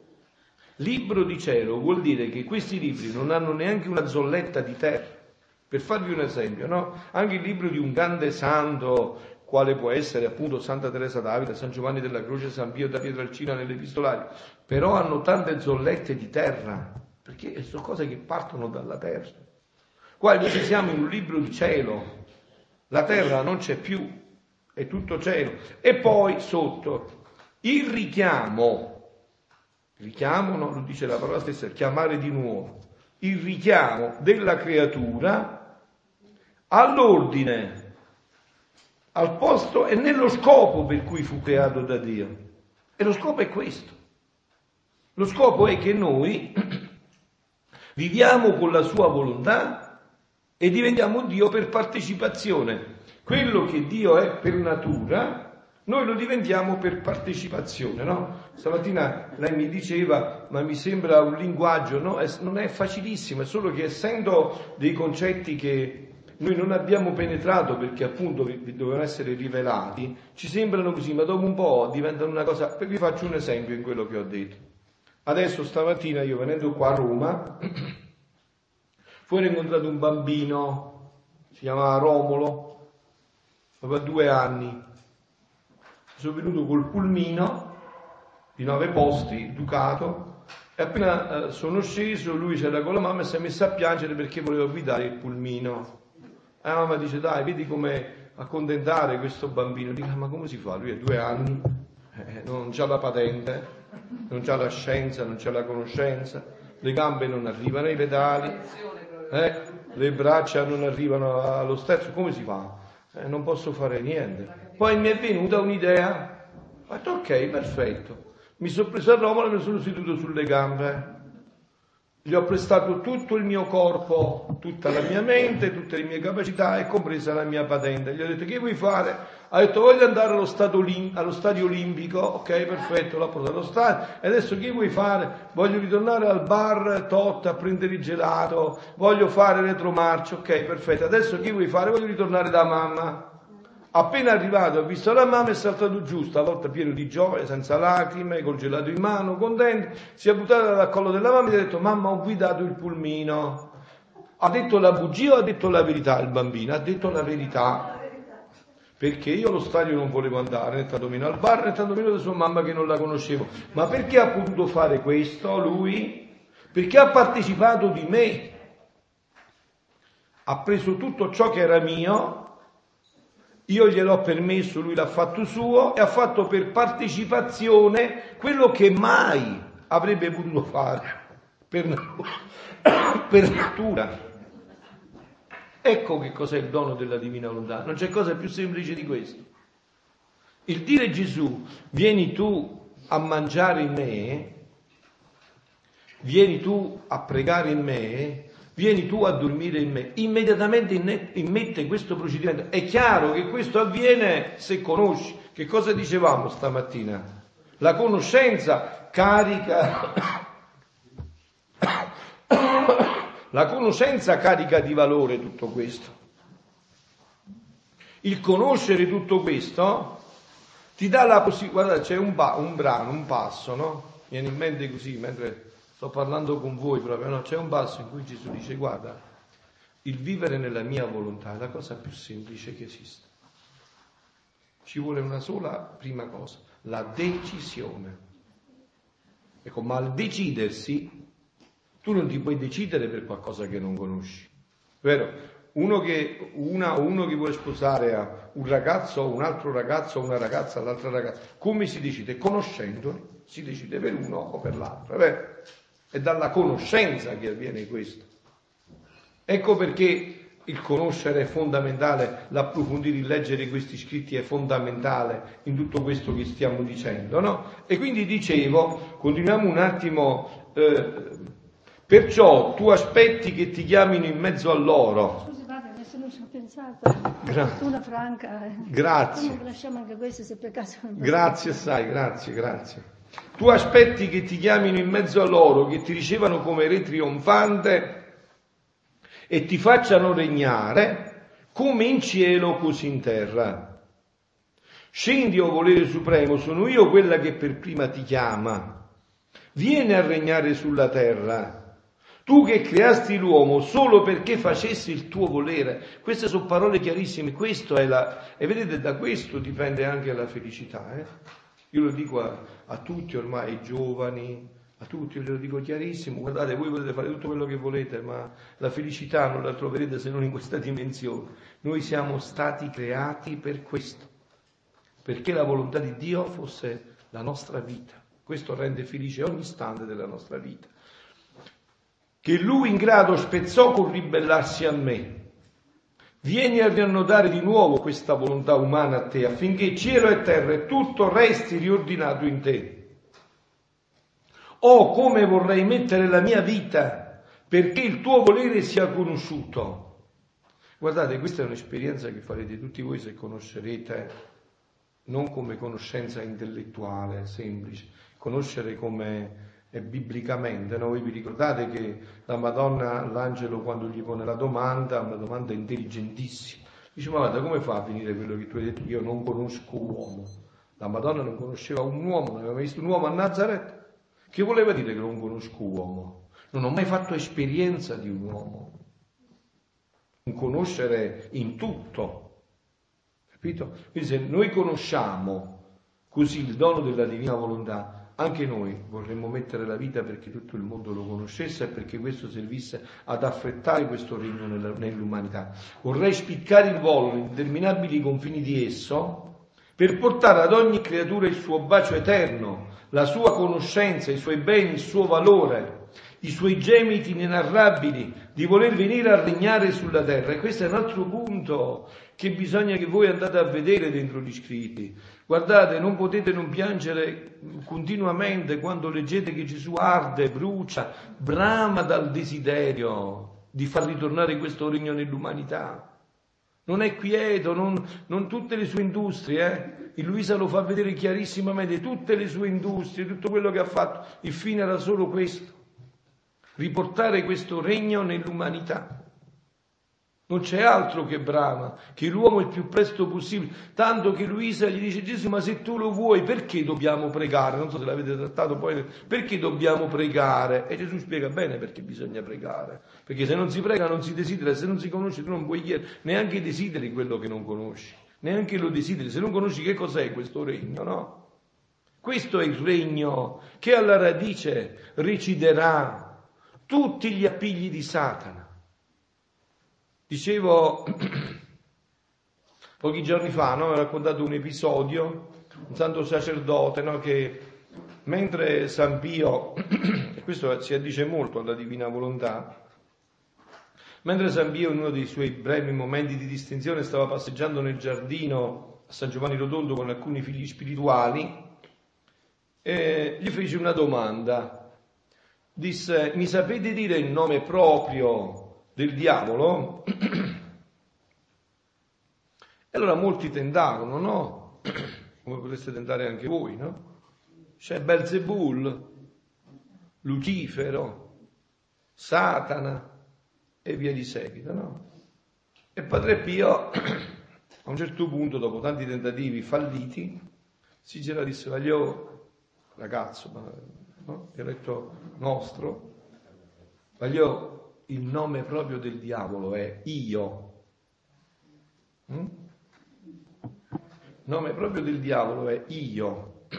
Libro di cielo vuol dire che questi libri non hanno neanche una zolletta di terra. Per farvi un esempio, no? Anche il libro di un grande santo, quale può essere appunto Santa Teresa d'Avila, San Giovanni della Croce, San Pio da Pietrelcina nell'Epistolari, però hanno tante zollette di terra, perché sono cose che partono dalla terra. Qua invece siamo in un libro di cielo, la terra non c'è più, è tutto cielo. E poi sotto il richiamo, no, lo dice la parola stessa, chiamare di nuovo, il richiamo della creatura all'ordine, al posto e nello scopo per cui fu creato da Dio. E lo scopo è questo. Lo scopo è che noi viviamo con la sua volontà e diventiamo Dio per partecipazione. Quello che Dio è per natura, noi lo diventiamo per partecipazione, no? Stamattina lei mi diceva, ma mi sembra un linguaggio, no? Non è facilissimo, è solo che essendo dei concetti che noi non abbiamo penetrato perché appunto dovevano essere rivelati, ci sembrano così, ma dopo un po' diventano una cosa. Vi faccio un esempio in quello che ho detto. Adesso stamattina io venendo qua a Roma, fuori ho incontrato un bambino, si chiamava Romolo, aveva 2 anni. Sono venuto col pulmino di 9 posti, Ducato, e appena sono sceso lui c'era con la mamma e si è messa a piangere perché voleva guidare il pulmino. E la mamma dice, dai, vedi come accontentare questo bambino. Dico, ma come si fa? Lui ha 2 anni, non c'ha la patente, non c'ha la scienza, non c'ha la conoscenza, le gambe non arrivano ai pedali, le braccia non arrivano allo sterzo, come si fa? Non posso fare niente. Poi mi è venuta un'idea, ho detto ok, perfetto, mi sono preso a Romolo e mi sono seduto sulle gambe, gli ho prestato tutto il mio corpo, tutta la mia mente, tutte le mie capacità e compresa la mia patente. Gli ho detto, che vuoi fare? Ha detto, voglio andare allo stadio olimpico. Ok, perfetto, l'ho portato allo stadio. E adesso che vuoi fare? Voglio ritornare al bar tot a prendere il gelato, voglio fare retromarcia. Ok, perfetto, adesso che vuoi fare? Voglio ritornare da mamma. Appena arrivato, ho visto la mamma, è saltato giù, stavolta pieno di gioia, senza lacrime, col gelato in mano, contento, si è buttato dal collo della mamma e ha detto, mamma, ho guidato il pulmino. Ha detto la bugia o ha detto la verità il bambino? Ha detto la verità. Perché io allo stadio non volevo andare, né tantomeno al bar, né tantomeno da sua mamma che non la conoscevo. Ma perché ha potuto fare questo lui? Perché ha partecipato di me. Ha preso tutto ciò che era mio, io gliel'ho permesso, lui l'ha fatto suo e ha fatto per partecipazione quello che mai avrebbe potuto fare per natura. Ecco che cos'è il dono della divina volontà, non c'è cosa più semplice di questo. Il dire Gesù, vieni tu a mangiare in me, vieni tu a pregare in me, vieni tu a dormire in me, immediatamente immette questo procedimento. È chiaro che questo avviene se conosci. Che cosa dicevamo stamattina? La conoscenza carica la conoscenza carica di valore tutto questo. Il conoscere tutto questo ti dà la possibilità. Guardate, c'è un brano, un passo, no? Viene in mente così mentre sto parlando con voi proprio, no? C'è un passo in cui Gesù dice, guarda, il vivere nella mia volontà è la cosa più semplice che esista. Ci vuole una sola prima cosa, la decisione. Ecco, ma al decidersi, tu non ti puoi decidere per qualcosa che non conosci, vero? Uno che vuole sposare a un ragazzo o un altro ragazzo o una ragazza all'altra ragazza, come si decide? Conoscendoli, si decide per uno o per l'altro, è vero? È dalla conoscenza che avviene questo. Ecco perché il conoscere è fondamentale, l'approfondire, il leggere questi scritti è fondamentale in tutto questo che stiamo dicendo, no? E quindi dicevo, continuiamo un attimo, perciò tu aspetti che ti chiamino in mezzo a loro. Scusi padre, adesso non ci ho pensato, fortuna franca. Grazie. Come lasciamo anche questo se per caso non Grazie assai, grazie. Tu aspetti che ti chiamino in mezzo a loro, che ti ricevano come re trionfante e ti facciano regnare come in cielo così in terra. Scendi, o volere supremo, sono io quella che per prima ti chiama. Vieni a regnare sulla terra. Tu che creasti l'uomo solo perché facessi il tuo volere. Queste sono parole chiarissime, questo è e vedete, da questo dipende anche la felicità. Io lo dico a tutti ormai, ai giovani, a tutti, io lo dico chiarissimo, guardate, voi potete fare tutto quello che volete, ma la felicità non la troverete se non in questa dimensione. Noi siamo stati creati per questo, perché la volontà di Dio fosse la nostra vita. Questo rende felice ogni istante della nostra vita. Che Lui in grado spezzò col ribellarsi a me. Vieni a riannodare di nuovo questa volontà umana a te, affinché cielo e terra e tutto resti riordinato in te. Oh, come vorrei mettere la mia vita perché il tuo volere sia conosciuto. Guardate, questa è un'esperienza che farete tutti voi se conoscerete, non come conoscenza intellettuale, semplice, conoscere come è biblicamente, no? Voi vi ricordate che la Madonna, l'angelo, quando gli pone la domanda, una domanda intelligentissima, dice: ma guarda, come fa a finire quello che tu hai detto? Io non conosco uomo. La Madonna non conosceva un uomo, non aveva mai visto un uomo a Nazareth. Che voleva dire che non conosco uomo? Non ho mai fatto esperienza di un uomo. Un conoscere in tutto, capito? Quindi se noi conosciamo così il dono della divina volontà, anche noi vorremmo mettere la vita perché tutto il mondo lo conoscesse e perché questo servisse ad affrettare questo regno nell'umanità. Vorrei spiccare il volo nei interminabili confini di esso per portare ad ogni creatura il suo bacio eterno, la sua conoscenza, i suoi beni, il suo valore, i suoi gemiti inenarrabili di voler venire a regnare sulla terra. E questo è un altro punto che bisogna che voi andate a vedere dentro gli scritti. Guardate, non potete non piangere continuamente quando leggete che Gesù arde, brucia, brama dal desiderio di far ritornare questo regno nell'umanità. Non è quieto, non tutte le sue industrie, Il Luisa lo fa vedere chiarissimamente, tutte le sue industrie, tutto quello che ha fatto, il fine era solo questo, riportare questo regno nell'umanità. Non c'è altro che brama, che l'uomo il più presto possibile, tanto che Luisa gli dice: Gesù, ma se tu lo vuoi, perché dobbiamo pregare? Non so se l'avete trattato poi, perché dobbiamo pregare? E Gesù spiega bene perché bisogna pregare, perché se non si prega non si desidera, se non si conosce tu non puoi chiedere, neanche desideri quello che non conosci, neanche lo desideri, se non conosci che cos'è questo regno, no? Questo è il regno che alla radice reciderà tutti gli appigli di Satana. Dicevo, pochi giorni fa, no, ho raccontato un episodio, un santo sacerdote, no, che mentre San Pio, e questo si addice molto alla divina volontà, mentre San Pio in uno dei suoi brevi momenti di distinzione stava passeggiando nel giardino a San Giovanni Rotondo con alcuni figli spirituali, gli fece una domanda, disse: mi sapete dire il nome proprio del diavolo? E allora molti tentarono, no? Come potreste tentare anche voi, no? C'è Belzebul, Lucifero, Satana e via di seguito, no? E Padre Pio, a un certo punto, dopo tanti tentativi falliti, si gira e disse: Vaglio, ragazzo, no? Dialetto nostro, Vaglio, il nome proprio del diavolo è io. Il nome proprio del diavolo è io.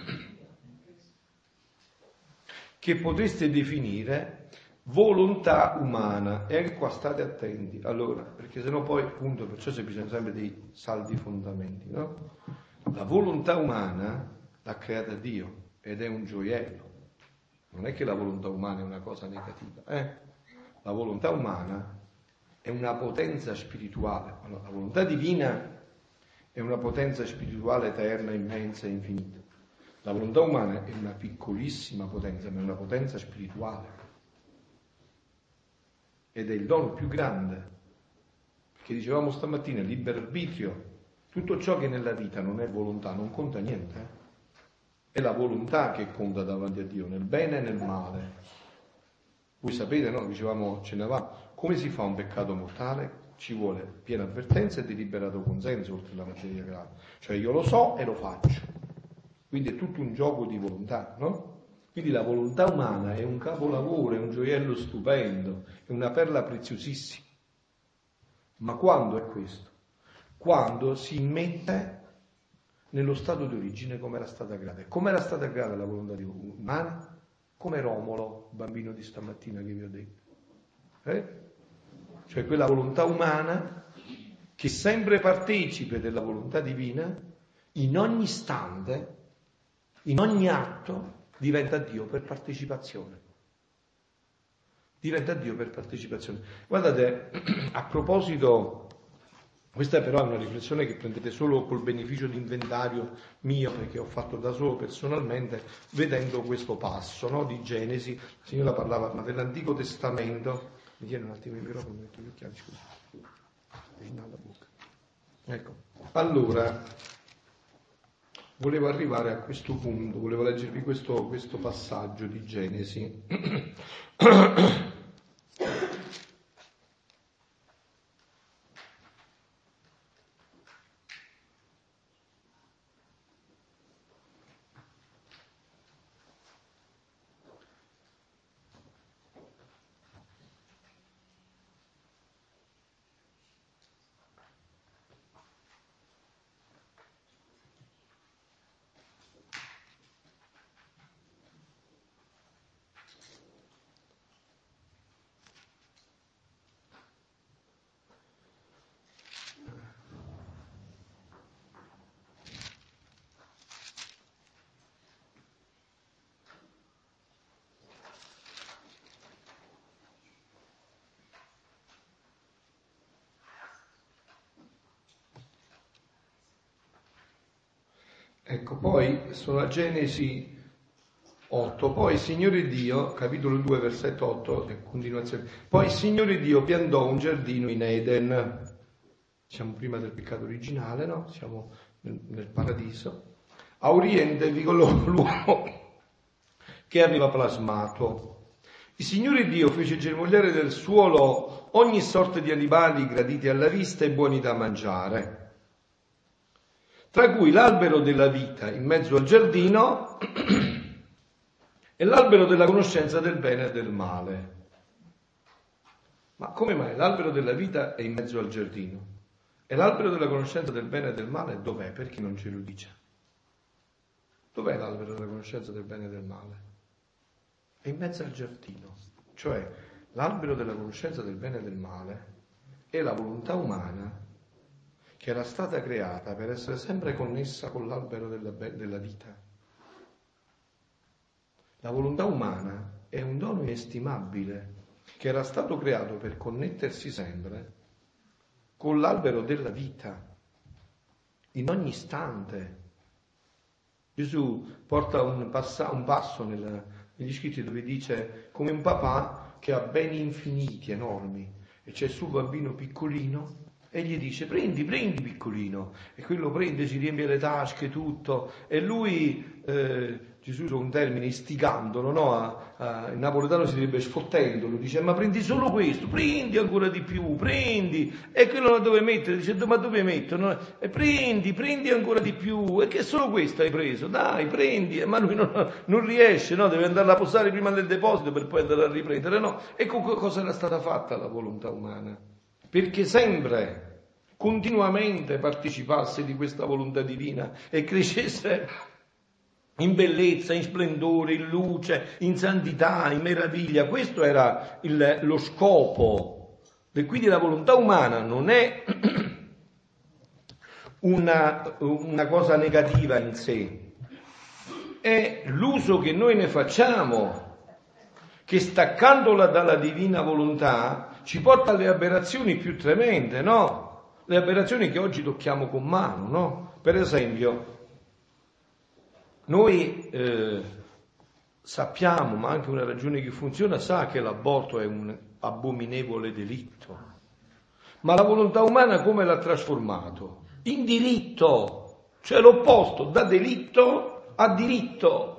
che potreste definire volontà umana. E anche qua state attenti, allora, perché sennò poi, appunto, perciò c'è bisogno sempre dei saldi fondamenti, no? La volontà umana l'ha creata Dio ed è un gioiello. Non è che la volontà umana è una cosa negativa, La volontà umana è una potenza spirituale. Allora, la volontà divina è una potenza spirituale eterna, immensa e infinita. La volontà umana è una piccolissima potenza, ma è una potenza spirituale. Ed è il dono più grande. Perché dicevamo stamattina, libero arbitrio. Tutto ciò che nella vita non è volontà non conta niente. È la volontà che conta davanti a Dio, nel bene e nel male. Voi sapete, no? Dicevamo, ce ne va. Come si fa un peccato mortale? Ci vuole piena avvertenza e deliberato consenso oltre la materia grave. Cioè io lo so e lo faccio. Quindi è tutto un gioco di volontà, no? Quindi la volontà umana è un capolavoro, è un gioiello stupendo, è una perla preziosissima. Ma quando è questo? Quando si mette nello stato di origine come era stata creata. E come era stata creata la volontà umana? Come Romolo, bambino di stamattina che vi ho detto. Cioè quella volontà umana che sempre partecipe della volontà divina, in ogni istante, in ogni atto, diventa Dio per partecipazione. Diventa Dio per partecipazione. Guardate, a proposito, questa però è una riflessione che prendete solo col beneficio di inventario mio, perché ho fatto da solo personalmente, vedendo questo passo, no, di Genesi. La signora parlava ma dell'Antico Testamento. Mi tiene un attimo il microfono, mi metto gli occhiali, scusa. Vicino alla bocca. Ecco, allora, volevo arrivare a questo punto, volevo leggervi questo passaggio di Genesi. Ecco, poi sono a Genesi 8, poi il Signore Dio, capitolo 2, versetto 8, continuazione. Poi il Signore Dio piantò un giardino in Eden. Siamo prima del peccato originale, no? Siamo nel paradiso. A oriente vi l'uomo che aveva plasmato. Il Signore Dio fece germogliare del suolo ogni sorta di animali graditi alla vista e buoni da mangiare, tra cui l'albero della vita in mezzo al giardino e l'albero della conoscenza del bene e del male. Ma come mai l'albero della vita è in mezzo al giardino? E l'albero della conoscenza del bene e del male dov'è? Perché non ce lo dice? Dov'è l'albero della conoscenza del bene e del male? È in mezzo al giardino. Cioè l'albero della conoscenza del bene e del male è la volontà umana che era stata creata per essere sempre connessa con l'albero della vita. La volontà umana è un dono inestimabile che era stato creato per connettersi sempre con l'albero della vita, in ogni istante. Gesù porta un passo negli scritti dove dice come un papà che ha beni infiniti, enormi, e c'è il suo bambino piccolino e gli dice prendi piccolino, e quello prende, si riempie le tasche, tutto, e lui, Gesù usa un termine, istigandolo, no? In napoletano si direbbe sfottendolo, dice ma prendi solo questo, prendi ancora di più, prendi, e quello non dove mettere, dice ma dove metto? No? E prendi ancora di più, e che solo questo hai preso, dai prendi, ma lui non riesce, no? Deve andare a posare prima del deposito per poi andare a riprendere, no? Ecco cosa era stata fatta la volontà umana, perché sempre, continuamente partecipasse di questa volontà divina e crescesse in bellezza, in splendore, in luce, in santità, in meraviglia. Questo era lo scopo. E quindi la volontà umana non è una cosa negativa in sé, è l'uso che noi ne facciamo, che staccandola dalla divina volontà ci porta alle aberrazioni più tremende, no? Le aberrazioni che oggi tocchiamo con mano, no? Per esempio, noi sappiamo, ma anche una ragione che funziona sa che l'aborto è un abominevole delitto, ma la volontà umana come l'ha trasformato? In diritto, cioè l'opposto, da delitto a diritto.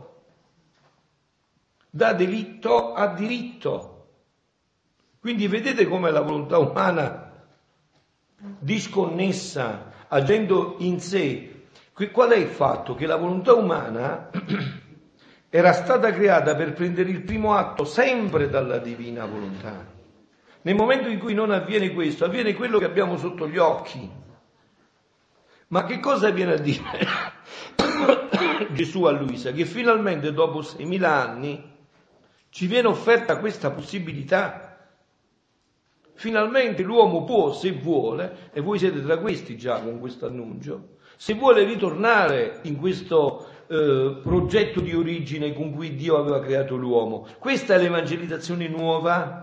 Da delitto a diritto. Quindi vedete come la volontà umana disconnessa, agendo in sé. Qual è il fatto? Che la volontà umana era stata creata per prendere il primo atto sempre dalla divina volontà. Nel momento in cui non avviene questo, avviene quello che abbiamo sotto gli occhi. Ma che cosa viene a dire Gesù a Luisa? Che finalmente dopo 6.000 anni ci viene offerta questa possibilità. Finalmente l'uomo può, se vuole, e voi siete tra questi già con questo annuncio, se vuole ritornare in questo progetto di origine con cui Dio aveva creato l'uomo. Questa è l'evangelizzazione nuova.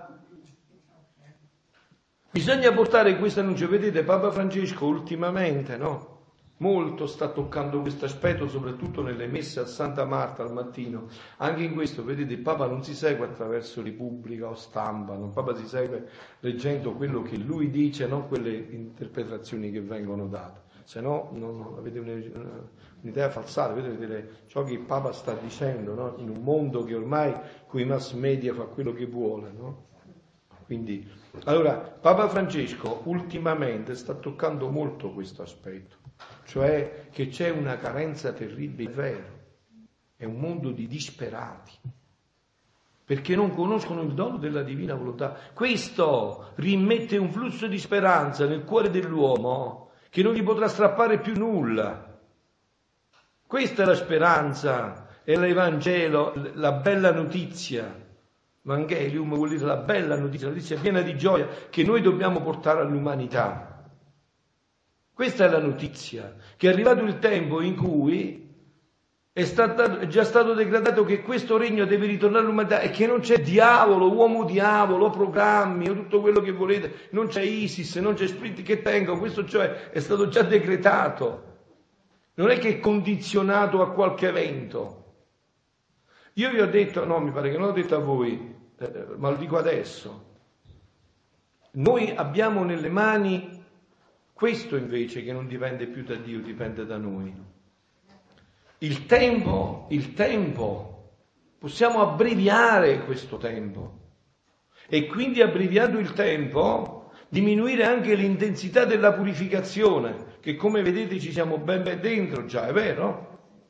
Bisogna portare questo annuncio. Vedete, Papa Francesco ultimamente, no? Molto sta toccando questo aspetto, soprattutto nelle messe a Santa Marta al mattino. Anche in questo, vedete, il Papa non si segue attraverso Repubblica o Stampa, il Papa si segue leggendo quello che lui dice, non quelle interpretazioni che vengono date. Se no, non avete un'idea falsata, vedete ciò che il Papa sta dicendo, no? In un mondo che ormai con i mass media fa quello che vuole, no? Quindi, allora, Papa Francesco ultimamente sta toccando molto questo aspetto, cioè che c'è una carenza terribile, vero, è un mondo di disperati, perché non conoscono il dono della divina volontà. Questo rimette un flusso di speranza nel cuore dell'uomo che non gli potrà strappare più nulla. Questa è la speranza, è l'Evangelo, la bella notizia. Evangelium vuol dire la bella notizia, la notizia piena di gioia che noi dobbiamo portare all'umanità. Questa è la notizia, che è arrivato il tempo in cui è già stato decretato che questo regno deve ritornare all'umanità e che non c'è diavolo, uomo diavolo, programmi o tutto quello che volete, non c'è ISIS, non c'è spiriti che tengono, questo cioè è stato già decretato, non è che è condizionato a qualche evento. Io vi ho detto, no, mi pare che non l'ho detto a voi, ma lo dico adesso, noi abbiamo nelle mani questo invece che non dipende più da Dio, dipende da noi. Il tempo, possiamo abbreviare questo tempo e quindi abbreviando il tempo diminuire anche l'intensità della purificazione, che come vedete ci siamo ben dentro già, è vero?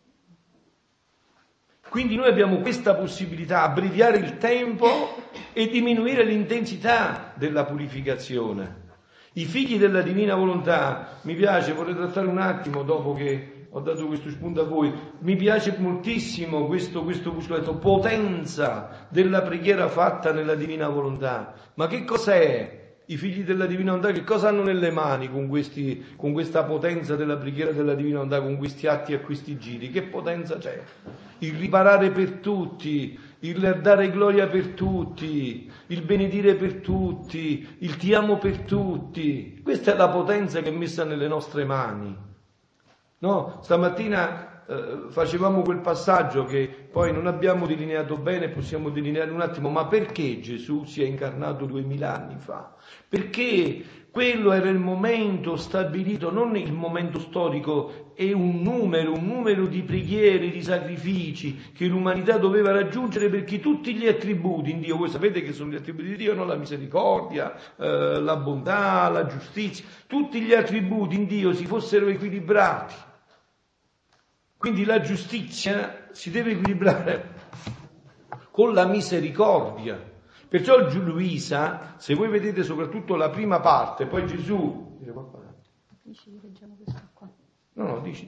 Quindi noi abbiamo questa possibilità, abbreviare il tempo e diminuire l'intensità della purificazione. I figli della divina volontà, mi piace, vorrei trattare un attimo dopo che ho dato questo spunto a voi, mi piace moltissimo questo puscoletto, potenza della preghiera fatta nella divina volontà. Ma che cos'è? I figli della divina volontà che cosa hanno nelle mani con questa potenza della preghiera della divina volontà, con questi atti e questi giri? Che potenza c'è? Il riparare per tutti, il dare gloria per tutti, il benedire per tutti, il ti amo per tutti. Questa è la potenza che è messa nelle nostre mani. No? Stamattina facevamo quel passaggio che poi non abbiamo delineato bene, possiamo delineare un attimo, ma perché Gesù si è incarnato 2000 anni fa? Perché quello era il momento stabilito, non il momento storico, è un numero di preghiere, di sacrifici che l'umanità doveva raggiungere perché tutti gli attributi in Dio, voi sapete che sono gli attributi di Dio, no? La misericordia, la bontà, la giustizia, tutti gli attributi in Dio si fossero equilibrati. Quindi la giustizia si deve equilibrare con la misericordia. Perciò Luisa, se voi vedete soprattutto la prima parte, poi Gesù... Dici, leggiamo questo qua. No, dici.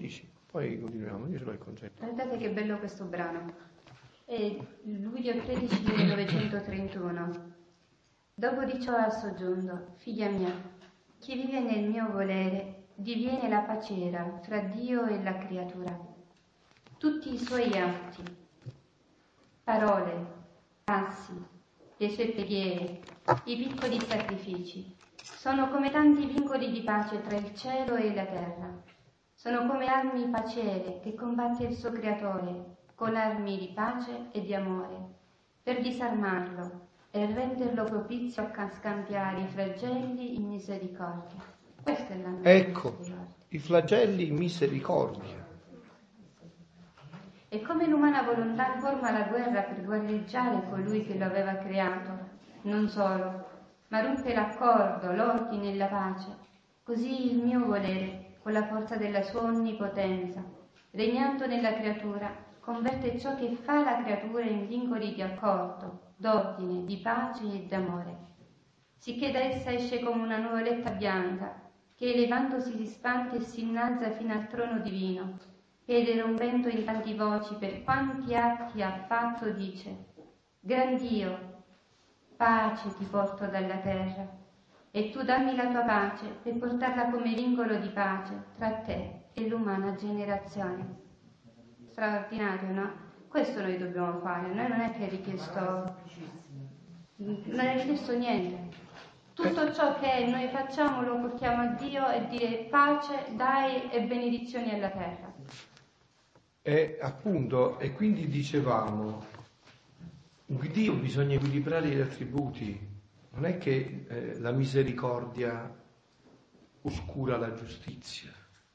Poi continuiamo, io ce l'ho il concetto. Guardate che bello questo brano. È luglio 13 1931. Dopo di ciò ha soggiunto: figlia mia, chi vive nel mio volere diviene la paciera fra Dio e la creatura. Tutti i suoi atti, parole, passi, le sue preghiere, i piccoli sacrifici, sono come tanti vincoli di pace tra il cielo e la terra. Sono come armi paciere che combatte il suo creatore con armi di pace e di amore, per disarmarlo e renderlo propizio a scambiare i flagelli in misericordia. Questa è la mia Ecco, misericordia. i flagelli in misericordia. E come l'umana volontà forma la guerra per guerreggiare colui che lo aveva creato, non solo, ma rompe l'accordo, l'ordine e la pace, così il mio volere, con la forza della sua onnipotenza, regnando nella creatura, converte ciò che fa la creatura in vincoli di accordo, d'ordine, di pace e d'amore, sicché da essa esce come una nuvoletta bianca, che elevandosi si spande e si innalza fino al trono divino, ed rompendo in tanti voci per quanti atti ha fatto dice: Gran Dio, pace ti porto dalla terra, e tu dammi la tua pace per portarla come vincolo di pace tra te e l'umana generazione. Straordinario, no? Questo noi dobbiamo fare, noi non è che è richiesto, non è richiesto niente. Tutto ciò che noi facciamo lo portiamo a Dio e dire pace, dai e benedizioni alla terra. Appunto, e quindi dicevamo, Dio bisogna equilibrare gli attributi. Non è che la misericordia oscura la giustizia,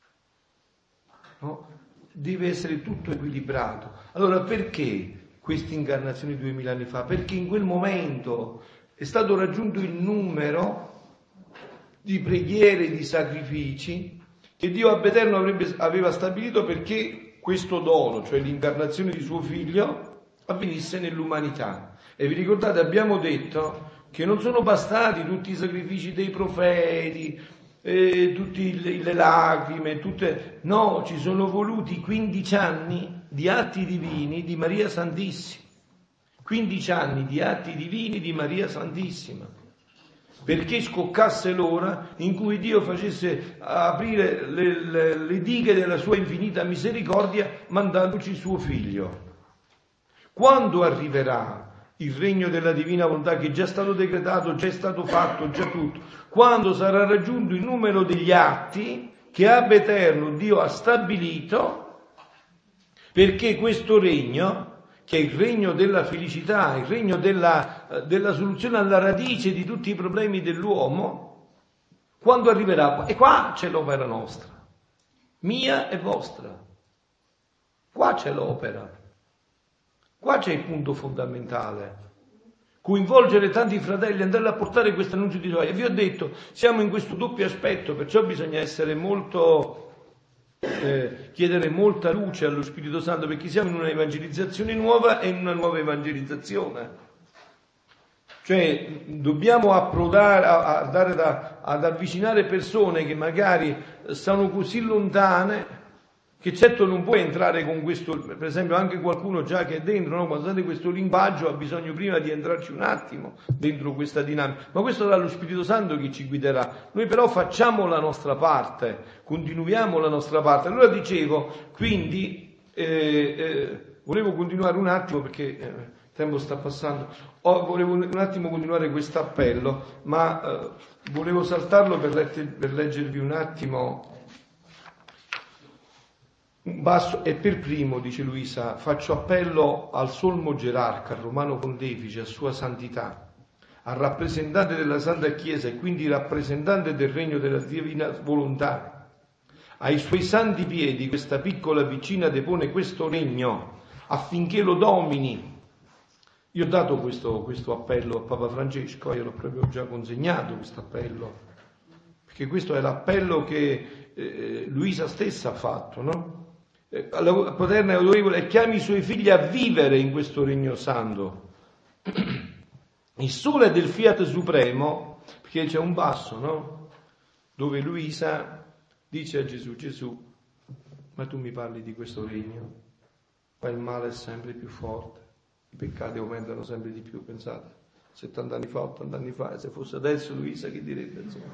no? Deve essere tutto equilibrato. Allora perché questa incarnazione 2000 anni fa? Perché in quel momento è stato raggiunto il numero di preghiere e di sacrifici che Dio ab eterno aveva stabilito perché questo dono, cioè l'incarnazione di suo figlio, avvenisse nell'umanità. E vi ricordate, abbiamo detto che non sono bastati tutti i sacrifici dei profeti, tutte le lacrime, no, ci sono voluti 15 anni di atti divini di Maria Santissima, 15 anni di atti divini di Maria Santissima, perché scoccasse l'ora in cui Dio facesse aprire le dighe della sua infinita misericordia mandandoci suo figlio. Quando arriverà il regno della divina volontà che è già stato decretato, già è stato fatto, già tutto, quando sarà raggiunto il numero degli atti che ab eterno Dio ha stabilito, perché questo regno, che è il regno della felicità, il regno della soluzione alla radice di tutti i problemi dell'uomo, quando arriverà, e qua c'è l'opera nostra, mia e vostra, qua c'è l'opera. Qua c'è il punto fondamentale, coinvolgere tanti fratelli, andare a portare questo annuncio di gioia. Vi ho detto, siamo in questo doppio aspetto, perciò bisogna essere chiedere molta luce allo Spirito Santo, perché siamo in una evangelizzazione nuova e in una nuova evangelizzazione. Cioè dobbiamo approdare ad avvicinare persone che magari stanno così lontane, che certo non può entrare con questo, per esempio anche qualcuno già che è dentro, no? Quando sente questo linguaggio ha bisogno prima di entrarci un attimo dentro questa dinamica, ma questo sarà lo Spirito Santo che ci guiderà. Noi però facciamo la nostra parte, continuiamo la nostra parte. Allora dicevo, quindi, volevo continuare un attimo perché il tempo sta passando, volevo un attimo continuare questo appello, ma volevo saltarlo per leggervi un attimo un passo. E per primo, dice Luisa, faccio appello al Sommo Gerarca, al Romano Pontefice, a Sua Santità, al rappresentante della Santa Chiesa e quindi rappresentante del regno della Divina Volontà. Ai Suoi santi piedi questa piccola vicina depone questo regno affinché lo domini. Io ho dato questo appello a Papa Francesco, io l'ho proprio già consegnato questo appello, perché questo è l'appello che Luisa stessa ha fatto, no? Paterna e autorevole, e chiami i Suoi figli a vivere in questo regno santo. Il sole del Fiat Supremo, perché c'è un passo, no? Dove Luisa dice a Gesù: Gesù, Ma tu mi parli di questo regno, ma il male è sempre più forte, i peccati aumentano sempre di più, pensate, 70 anni fa, 80 anni fa, e se fosse adesso Luisa che direbbe, insomma?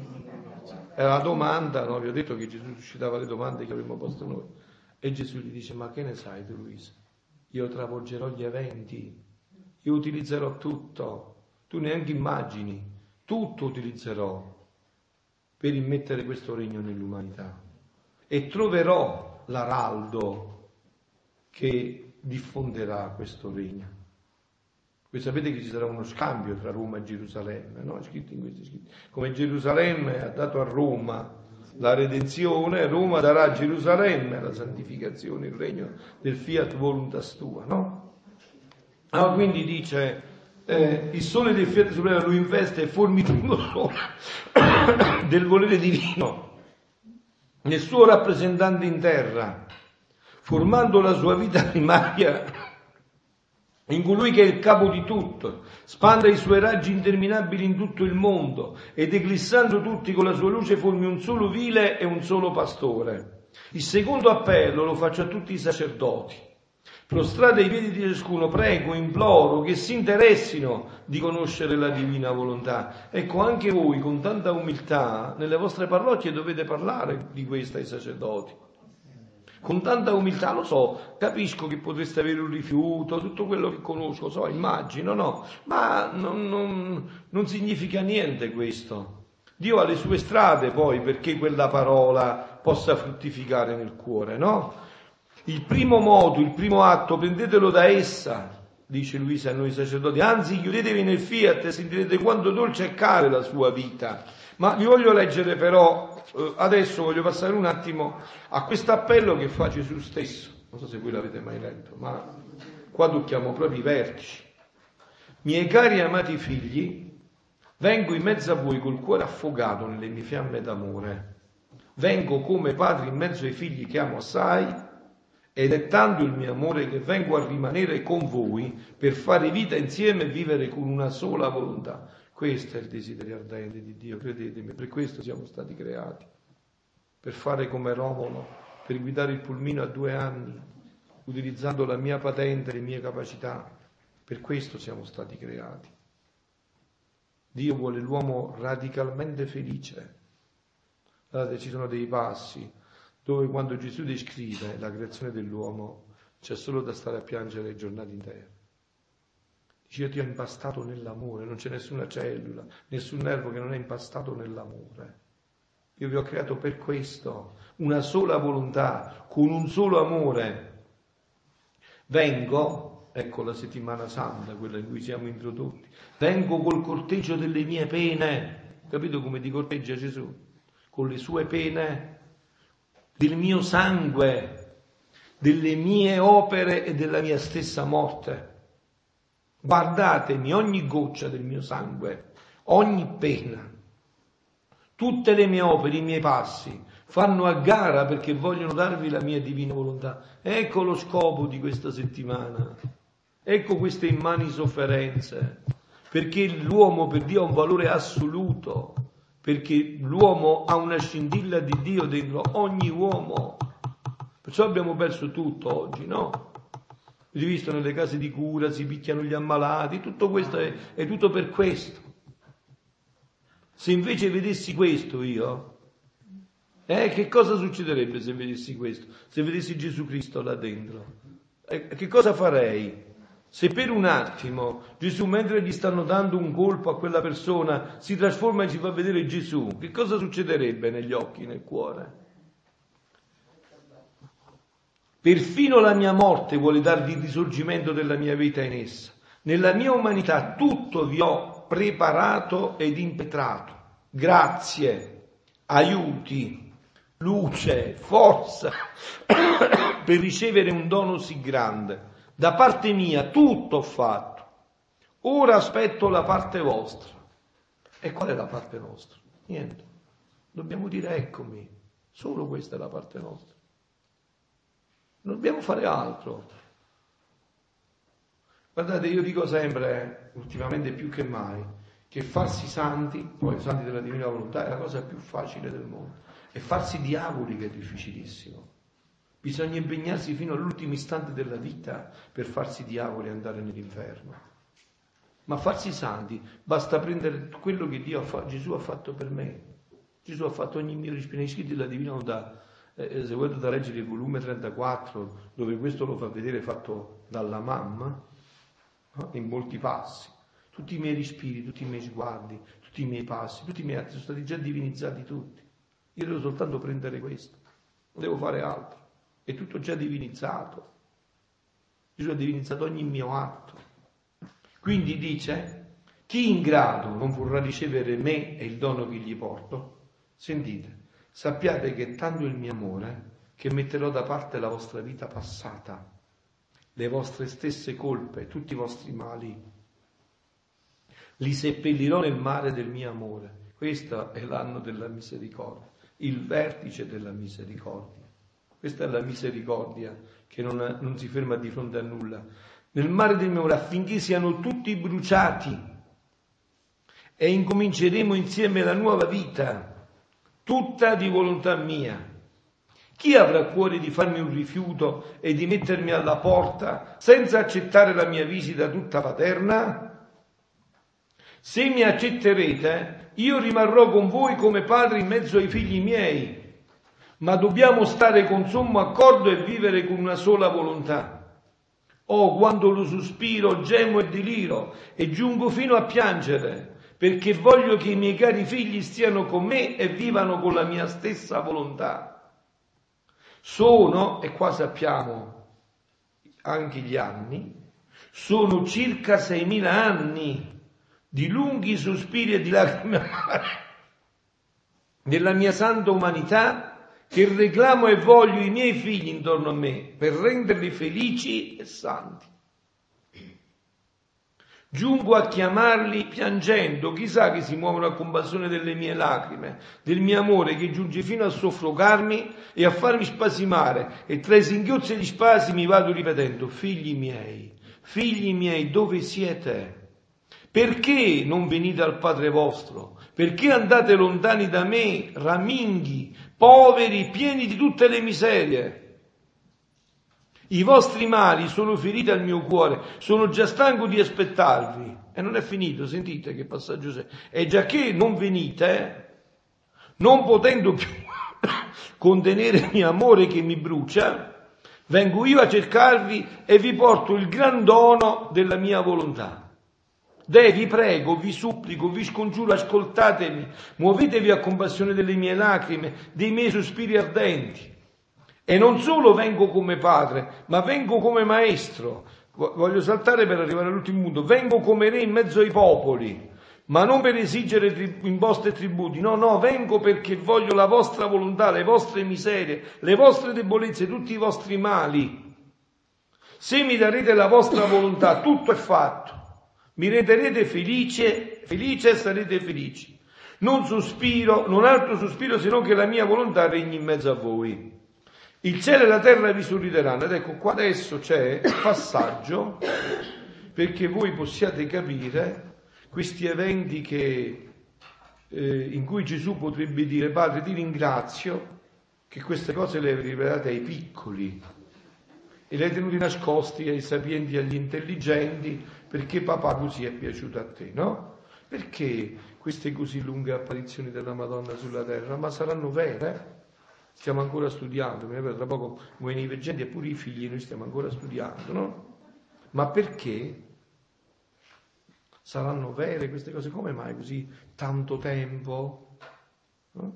È la domanda, no? Vi ho detto che Gesù suscitava le domande che avremmo posto noi, e Gesù gli dice, ma che ne sai tu Luisa? Io travolgerò gli eventi, io utilizzerò tutto, tu neanche immagini, tutto utilizzerò per immettere questo regno nell'umanità e troverò l'araldo che diffonderà questo regno. Voi sapete che ci sarà uno scambio tra Roma e Gerusalemme, no? È scritto in questi scritti. Come Gerusalemme ha dato a Roma la redenzione, Roma darà a Gerusalemme la santificazione, il regno del fiat voluntas tua, no? Allora, quindi dice, il sole del fiat supremo lo investe e formituro sole del volere divino nel suo rappresentante in terra, formando la sua vita primaria in colui che è il capo di tutto, spanda i suoi raggi interminabili in tutto il mondo ed eclissando tutti con la sua luce formi un solo vile e un solo pastore. Il secondo appello lo faccio a tutti i sacerdoti. Prostrate ai piedi di ciascuno, prego, imploro che si interessino di conoscere la divina volontà. Ecco, anche voi con tanta umiltà nelle vostre parrocchie dovete parlare di questo ai sacerdoti. Con tanta umiltà, lo so, capisco che potreste avere un rifiuto, tutto quello che conosco, so, immagino, no? Ma non significa niente questo. Dio ha le sue strade poi perché quella parola possa fruttificare nel cuore, no? Il primo modo, il primo atto, prendetelo da essa, dice Luisa a noi sacerdoti, anzi chiudetevi nel fiat e sentirete quanto dolce e cara la sua vita. Ma vi voglio leggere però, adesso voglio passare un attimo a questo appello che fa Gesù stesso. Non so se voi l'avete mai letto, ma qua tocchiamo proprio i vertici. Miei cari e amati figli, vengo in mezzo a voi col cuore affogato nelle mie fiamme d'amore. Vengo come padre in mezzo ai figli che amo assai, ed è tanto il mio amore che vengo a rimanere con voi per fare vita insieme e vivere con una sola volontà. Questo è il desiderio ardente di Dio, credetemi, per questo siamo stati creati, per fare come Romolo, per guidare il pulmino a 2 anni, utilizzando la mia patente, le mie capacità, per questo siamo stati creati. Dio vuole l'uomo radicalmente felice. Guardate, ci sono dei passi dove quando Gesù descrive la creazione dell'uomo c'è solo da stare a piangere giornate intere. Dice, io ti ho impastato nell'amore, non c'è nessuna cellula, nessun nervo che non è impastato nell'amore. Io vi ho creato per questo, una sola volontà, con un solo amore. Vengo, ecco la settimana santa, quella in cui siamo introdotti, vengo col corteggio delle mie pene, capito come ti corteggia Gesù? Con le sue pene, del mio sangue, delle mie opere e della mia stessa morte. Guardatemi ogni goccia del mio sangue, ogni pena, tutte le mie opere, i miei passi fanno a gara perché vogliono darvi la mia divina volontà. Ecco lo scopo di questa settimana, ecco queste immani sofferenze, perché l'uomo per Dio ha un valore assoluto, perché l'uomo ha una scintilla di Dio dentro ogni uomo, perciò abbiamo perso tutto oggi, no? Avete visto nelle case di cura, si picchiano gli ammalati, tutto questo è tutto per questo. Se invece vedessi questo io, che cosa succederebbe se vedessi questo? Se vedessi Gesù Cristo là dentro? Che cosa farei? Se per un attimo Gesù, mentre gli stanno dando un colpo a quella persona, si trasforma e ci fa vedere Gesù, che cosa succederebbe negli occhi, nel cuore? Perfino la mia morte vuole darvi il risorgimento della mia vita in essa. Nella mia umanità tutto vi ho preparato ed impetrato. Grazie, aiuti, luce, forza per ricevere un dono sì grande. Da parte mia tutto ho fatto. Ora aspetto la parte vostra. E qual è la parte nostra? Niente. Dobbiamo dire eccomi. Solo questa è la parte nostra. Non dobbiamo fare altro. Guardate, io dico sempre, ultimamente più che mai, che farsi santi, poi santi della divina volontà, è la cosa più facile del mondo. E farsi diavoli che è difficilissimo. Bisogna impegnarsi fino all'ultimo istante della vita per farsi diavoli e andare nell'inferno. Ma farsi santi basta prendere quello che Gesù ha fatto per me. Gesù ha fatto ogni mio respiro. Nei scritti della Divina Volontà, se volete da leggere il volume 34, dove questo lo fa vedere fatto dalla mamma, no? In molti passi. Tutti i miei respiri, tutti i miei sguardi, tutti i miei passi, tutti i miei atti sono stati già divinizzati tutti. Io devo soltanto prendere questo, non devo fare altro. È tutto già divinizzato. Gesù ha divinizzato ogni mio atto. Quindi dice, chi in grado non vorrà ricevere me e il dono che gli porto, sentite, sappiate che è tanto il mio amore che metterò da parte la vostra vita passata, le vostre stesse colpe, tutti i vostri mali. Li seppellirò nel mare del mio amore. Questo è l'anno della misericordia, il vertice della misericordia. Questa è la misericordia che non si ferma di fronte a nulla. Nel mare del mio amore, affinché siano tutti bruciati e incominceremo insieme la nuova vita, tutta di volontà mia. Chi avrà cuore di farmi un rifiuto e di mettermi alla porta senza accettare la mia visita tutta paterna? Se mi accetterete, io rimarrò con voi come padre in mezzo ai figli miei, ma dobbiamo stare con sommo accordo e vivere con una sola volontà. Oh, quando lo sospiro, gemo e deliro e giungo fino a piangere, perché voglio che i miei cari figli stiano con me e vivano con la mia stessa volontà. Sono, e qua sappiamo anche gli anni, sono circa 6.000 anni di lunghi sospiri e di lacrime amare nella mia santa umanità, che reclamo e voglio i miei figli intorno a me per renderli felici e santi. Giungo a chiamarli piangendo, chissà che si muovono a compassione delle mie lacrime, del mio amore che giunge fino a soffocarmi e a farmi spasimare, e tra i singhiozzi e gli spasimi vado ripetendo, figli miei, dove siete? Perché non venite al Padre vostro? Perché andate lontani da me, raminghi, poveri, pieni di tutte le miserie? I vostri mali sono feriti al mio cuore, sono già stanco di aspettarvi. E non è finito, sentite che passaggio c'è. E giacché non venite, non potendo più contenere il mio amore che mi brucia, vengo io a cercarvi e vi porto il gran dono della mia volontà. Vi prego, vi supplico, vi scongiuro, ascoltatemi, muovetevi a compassione delle mie lacrime, dei miei sospiri ardenti. E non solo vengo come padre, ma vengo come maestro. Voglio saltare per arrivare all'ultimo punto. Vengo come re in mezzo ai popoli, ma non per esigere imposte e tributi. No, vengo perché voglio la vostra volontà, le vostre miserie, le vostre debolezze, tutti i vostri mali. Se mi darete la vostra volontà, tutto è fatto. Mi renderete felice e sarete felici. Non altro sospiro se non che la mia volontà regni in mezzo a voi. Il cielo e la terra vi sorrideranno. Ed ecco, qua adesso c'è il passaggio perché voi possiate capire questi eventi in cui Gesù potrebbe dire, Padre, ti ringrazio che queste cose le hai rivelate ai piccoli e le hai tenuti nascosti ai sapienti e agli intelligenti, perché papà così è piaciuto a te, no? Perché queste così lunghe apparizioni della Madonna sulla terra? Ma saranno vere? Stiamo ancora studiando, tra poco voi nei veggenti e pure i figli noi stiamo ancora studiando, no? Ma perché saranno vere queste cose? Come mai così tanto tempo? No?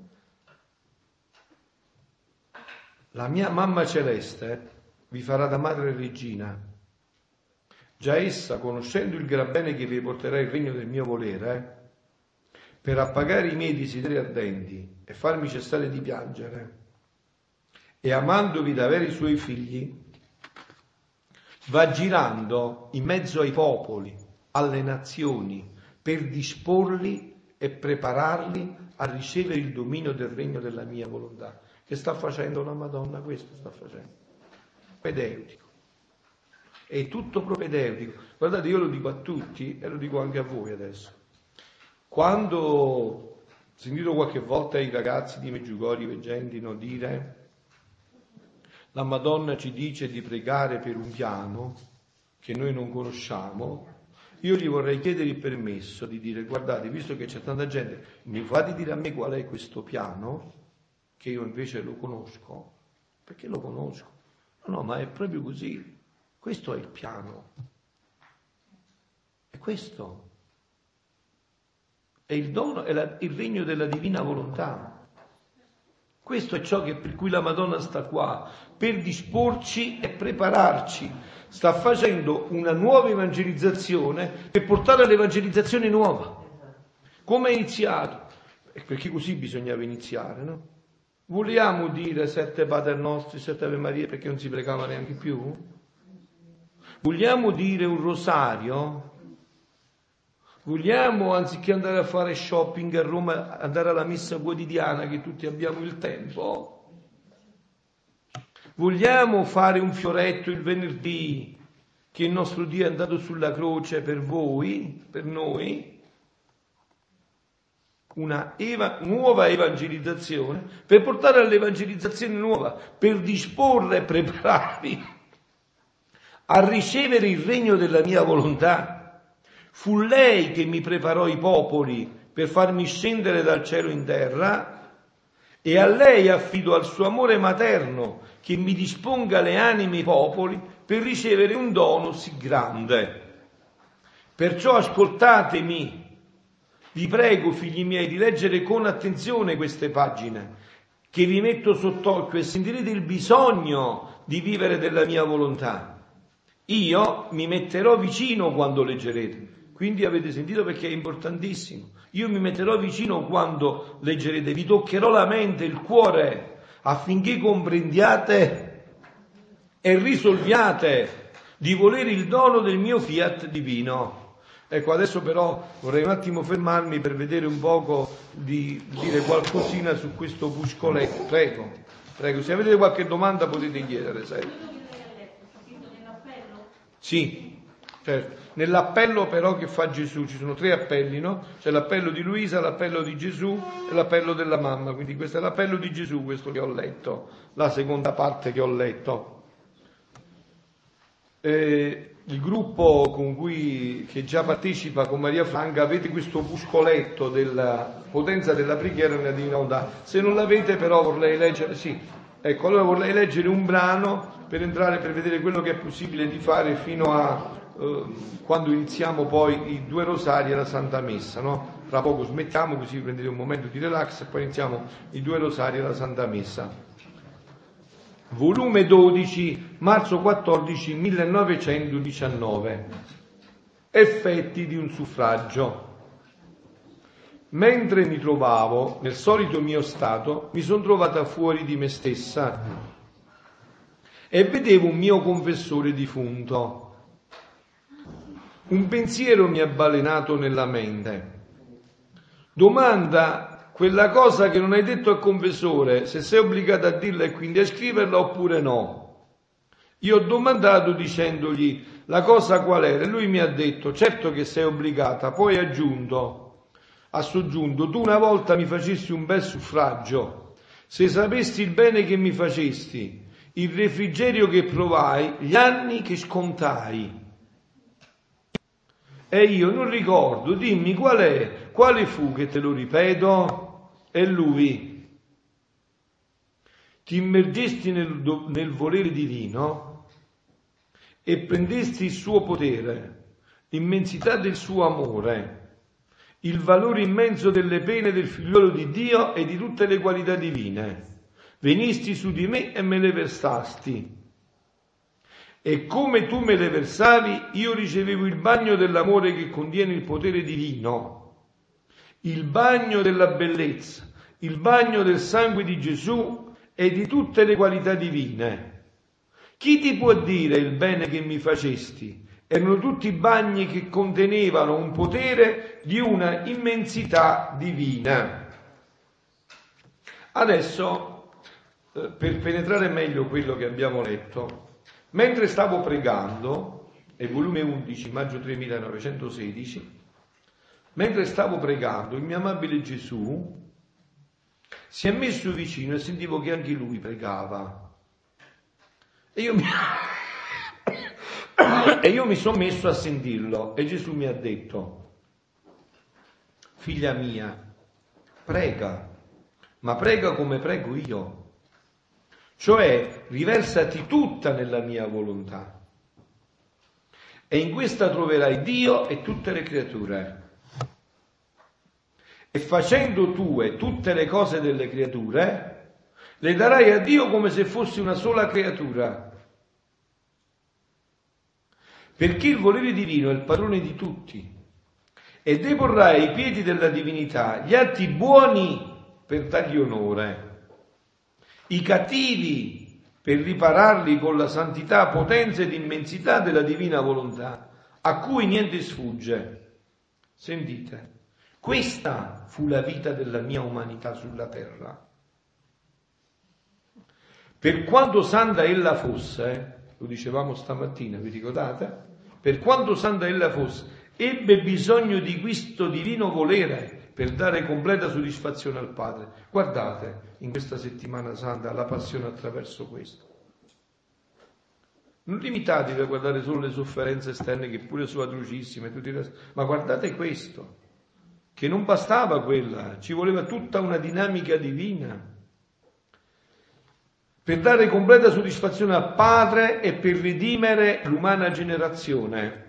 La mia mamma celeste vi farà da madre regina. Già essa, conoscendo il gran bene che vi porterà il regno del mio volere, per appagare i miei desideri ardenti e farmi cessare di piangere, e amandovi da avere i suoi figli, va girando in mezzo ai popoli, alle nazioni, per disporli e prepararli a ricevere il dominio del regno della mia volontà. Che sta facendo la Madonna? Questo sta facendo. Propedeutico. È tutto propedeutico. Guardate, io lo dico a tutti e lo dico anche a voi adesso. Quando ho sentito qualche volta i ragazzi di Meggiugorje, i veggenti, dire la Madonna ci dice di pregare per un piano che noi non conosciamo, io gli vorrei chiedere il permesso di dire: guardate, visto che c'è tanta gente, mi fate dire a me qual è questo piano, che io invece lo conosco, perché lo conosco. No, ma è proprio così, questo è il piano, è questo, è il dono, è il regno della divina volontà. Questo è ciò per cui la Madonna sta qua, per disporci e prepararci. Sta facendo una nuova evangelizzazione per portare all'evangelizzazione nuova. Come è iniziato? Perché così bisognava iniziare, no? Vogliamo dire 7 Pater Nostri, 7 Ave Maria perché non si pregava neanche più? Vogliamo dire un rosario? Vogliamo, anziché andare a fare shopping a Roma, andare alla messa quotidiana che tutti abbiamo il tempo? Vogliamo fare un fioretto il venerdì, che il nostro Dio è andato sulla croce per voi, per noi? Una nuova evangelizzazione, per portare all'evangelizzazione nuova, per disporre e prepararvi a ricevere il regno della mia volontà. Fu lei che mi preparò i popoli per farmi scendere dal cielo in terra, e a lei affido al suo amore materno che mi disponga le anime e i popoli per ricevere un dono sì grande. Perciò ascoltatemi. Vi prego, figli miei, di leggere con attenzione queste pagine che vi metto sott'occhio e sentirete il bisogno di vivere della mia volontà. Io mi metterò vicino quando leggerete. Quindi avete sentito, perché è importantissimo. Io mi metterò vicino quando leggerete, vi toccherò la mente, il cuore, affinché comprendiate e risolviate di volere il dono del mio fiat divino. Ecco, adesso però vorrei un attimo fermarmi per vedere un poco, di dire qualcosina su questo puscoletto. Prego, se avete qualche domanda potete chiedere, sai. Sì, certo. Nell'appello però che fa Gesù ci sono 3 appelli, no? C'è l'appello di Luisa, l'appello di Gesù e l'appello della mamma, quindi questo è l'appello di Gesù, questo che ho letto, la seconda parte che ho letto. Il gruppo che già partecipa con Maria Franca, avete questo puscoletto della potenza della preghiera nella divina volontà. Se non l'avete però vorrei leggere, sì, ecco, allora vorrei leggere un brano per entrare, per vedere quello che è possibile di fare fino a quando iniziamo poi i 2 rosari e la Santa Messa, no? Tra poco smettiamo, così prendete un momento di relax e poi iniziamo i 2 rosari e la Santa Messa. Volume 12, marzo 14, 1919. Effetti di un suffragio. Mentre mi trovavo nel solito mio stato, mi sono trovata fuori di me stessa e vedevo un mio confessore difunto. Un pensiero mi ha balenato nella mente. Domanda quella cosa che non hai detto al confessore, se sei obbligato a dirla e quindi a scriverla oppure no. Io ho domandato dicendogli la cosa qual era e lui mi ha detto: certo che sei obbligata. Poi ha soggiunto: tu una volta mi facesti un bel suffragio, se sapessi il bene che mi facesti, il refrigerio che provai, gli anni che scontai. E io non ricordo, dimmi quale fu che te lo ripeto? E lui: ti immergesti nel volere divino e prendesti il suo potere, l'immensità del suo amore, il valore immenso delle pene del figliolo di Dio e di tutte le qualità divine. Venisti su di me e me le versasti. E come tu me le versavi, io ricevevo il bagno dell'amore che contiene il potere divino, il bagno della bellezza, il bagno del sangue di Gesù e di tutte le qualità divine. Chi ti può dire il bene che mi facesti? Erano tutti bagni che contenevano un potere di una immensità divina. Adesso, per penetrare meglio quello che abbiamo letto, mentre stavo pregando, è volume 11, maggio 3916, mentre stavo pregando, il mio amabile Gesù si è messo vicino e sentivo che anche lui pregava. E io mi sono messo a sentirlo, e Gesù mi ha detto: figlia mia, prega, ma prega come prego io. Cioè, riversati tutta nella mia volontà. E in questa troverai Dio e tutte le creature. E facendo tue tutte le cose delle creature, le darai a Dio come se fosse una sola creatura. Perché il volere divino è il padrone di tutti. E deporrai ai piedi della divinità gli atti buoni per dargli onore, i cattivi per ripararli con la santità, potenza ed immensità della divina volontà, a cui niente sfugge. Sentite, questa fu la vita della mia umanità sulla terra. Per quanto santa ella fosse, lo dicevamo stamattina, vi ricordate? Per quanto santa ella fosse, ebbe bisogno di questo divino volere per dare completa soddisfazione al Padre. Guardate, in questa settimana santa, la passione attraverso questo. Non limitatevi a guardare solo le sofferenze esterne, che pure sono atrocissime, tutti i resti, ma guardate questo, che non bastava quella, ci voleva tutta una dinamica divina per dare completa soddisfazione al Padre e per redimere l'umana generazione.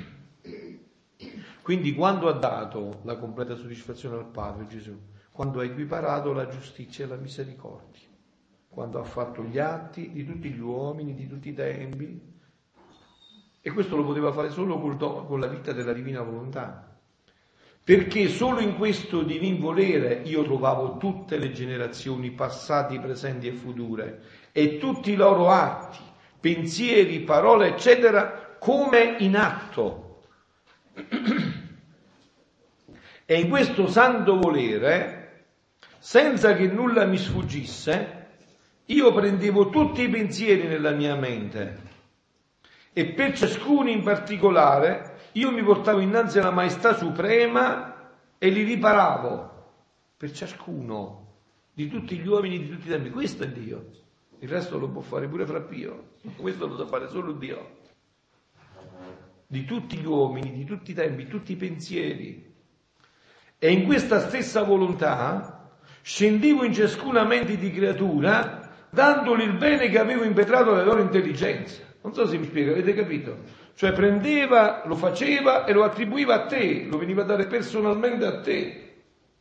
Quindi quando ha dato la completa soddisfazione al Padre Gesù? Quando ha equiparato la giustizia e la misericordia, quando ha fatto gli atti di tutti gli uomini, di tutti i tempi, e questo lo poteva fare solo con la vita della divina volontà, perché solo in questo divin volere io trovavo tutte le generazioni, passati, presenti e future, e tutti i loro atti, pensieri, parole, eccetera, come in atto. E in questo santo volere, senza che nulla mi sfuggisse, io prendevo tutti i pensieri nella mia mente e per ciascuno in particolare io mi portavo innanzi alla Maestà Suprema e li riparavo per ciascuno, di tutti gli uomini di tutti i tempi. Questo è Dio, il resto lo può fare pure Fra Pio, questo lo sa fare solo Dio. Di tutti gli uomini, di tutti i tempi, tutti i pensieri. E in questa stessa volontà scendevo in ciascuna mente di creatura, dandogli il bene che avevo impetrato alle loro intelligenze. Non so se mi spiego, avete capito? Cioè prendeva, lo faceva e lo attribuiva a te, lo veniva a dare personalmente a te.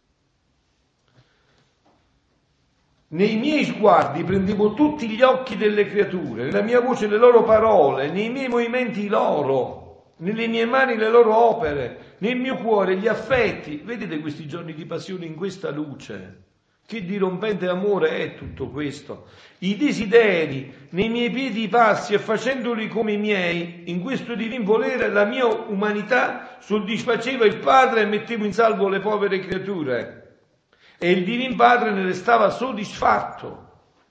Nei miei sguardi prendevo tutti gli occhi delle creature, nella mia voce le loro parole, nei miei movimenti loro, nelle mie mani le loro opere, nel mio cuore gli affetti. Vedete questi giorni di passione in questa luce? Che dirompente amore è tutto questo? I desideri, nei miei piedi i passi, e facendoli come i miei, in questo divin volere la mia umanità soddisfaceva il Padre e mettevo in salvo le povere creature. E il Divin Padre ne restava soddisfatto.